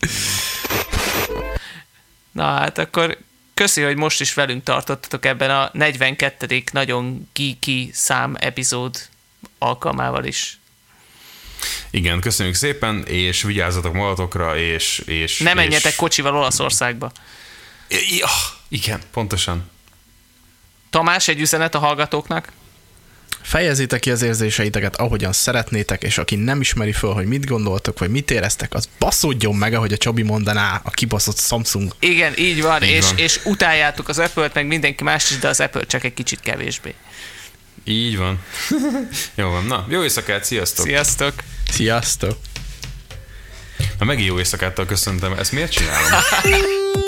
Na hát akkor köszi, hogy most is velünk tartottatok ebben a 42. nagyon geeky szám epizód alkalmával is. Igen, köszönjük szépen, és vigyázzatok magatokra, és ne menjetek kocsival Olaszországba. Ja, igen, pontosan. Tamás, egy üzenet a hallgatóknak? Fejezzétek ki az érzéseiteket, ahogyan szeretnétek, és aki nem ismeri föl, hogy mit gondoltok, vagy mit éreztek, az baszódjon meg, ahogy a Csabi mondaná, a kibaszott Samsung. Igen, így van, és utáljátok az Apple-t, meg mindenki más is, de az Apple csak egy kicsit kevésbé. Így van. Jó van. Na, jó éjszakát, sziasztok! Sziasztok! Sziasztok! Na, megint jó éjszakáttal köszöntem. Ezt miért csinálom?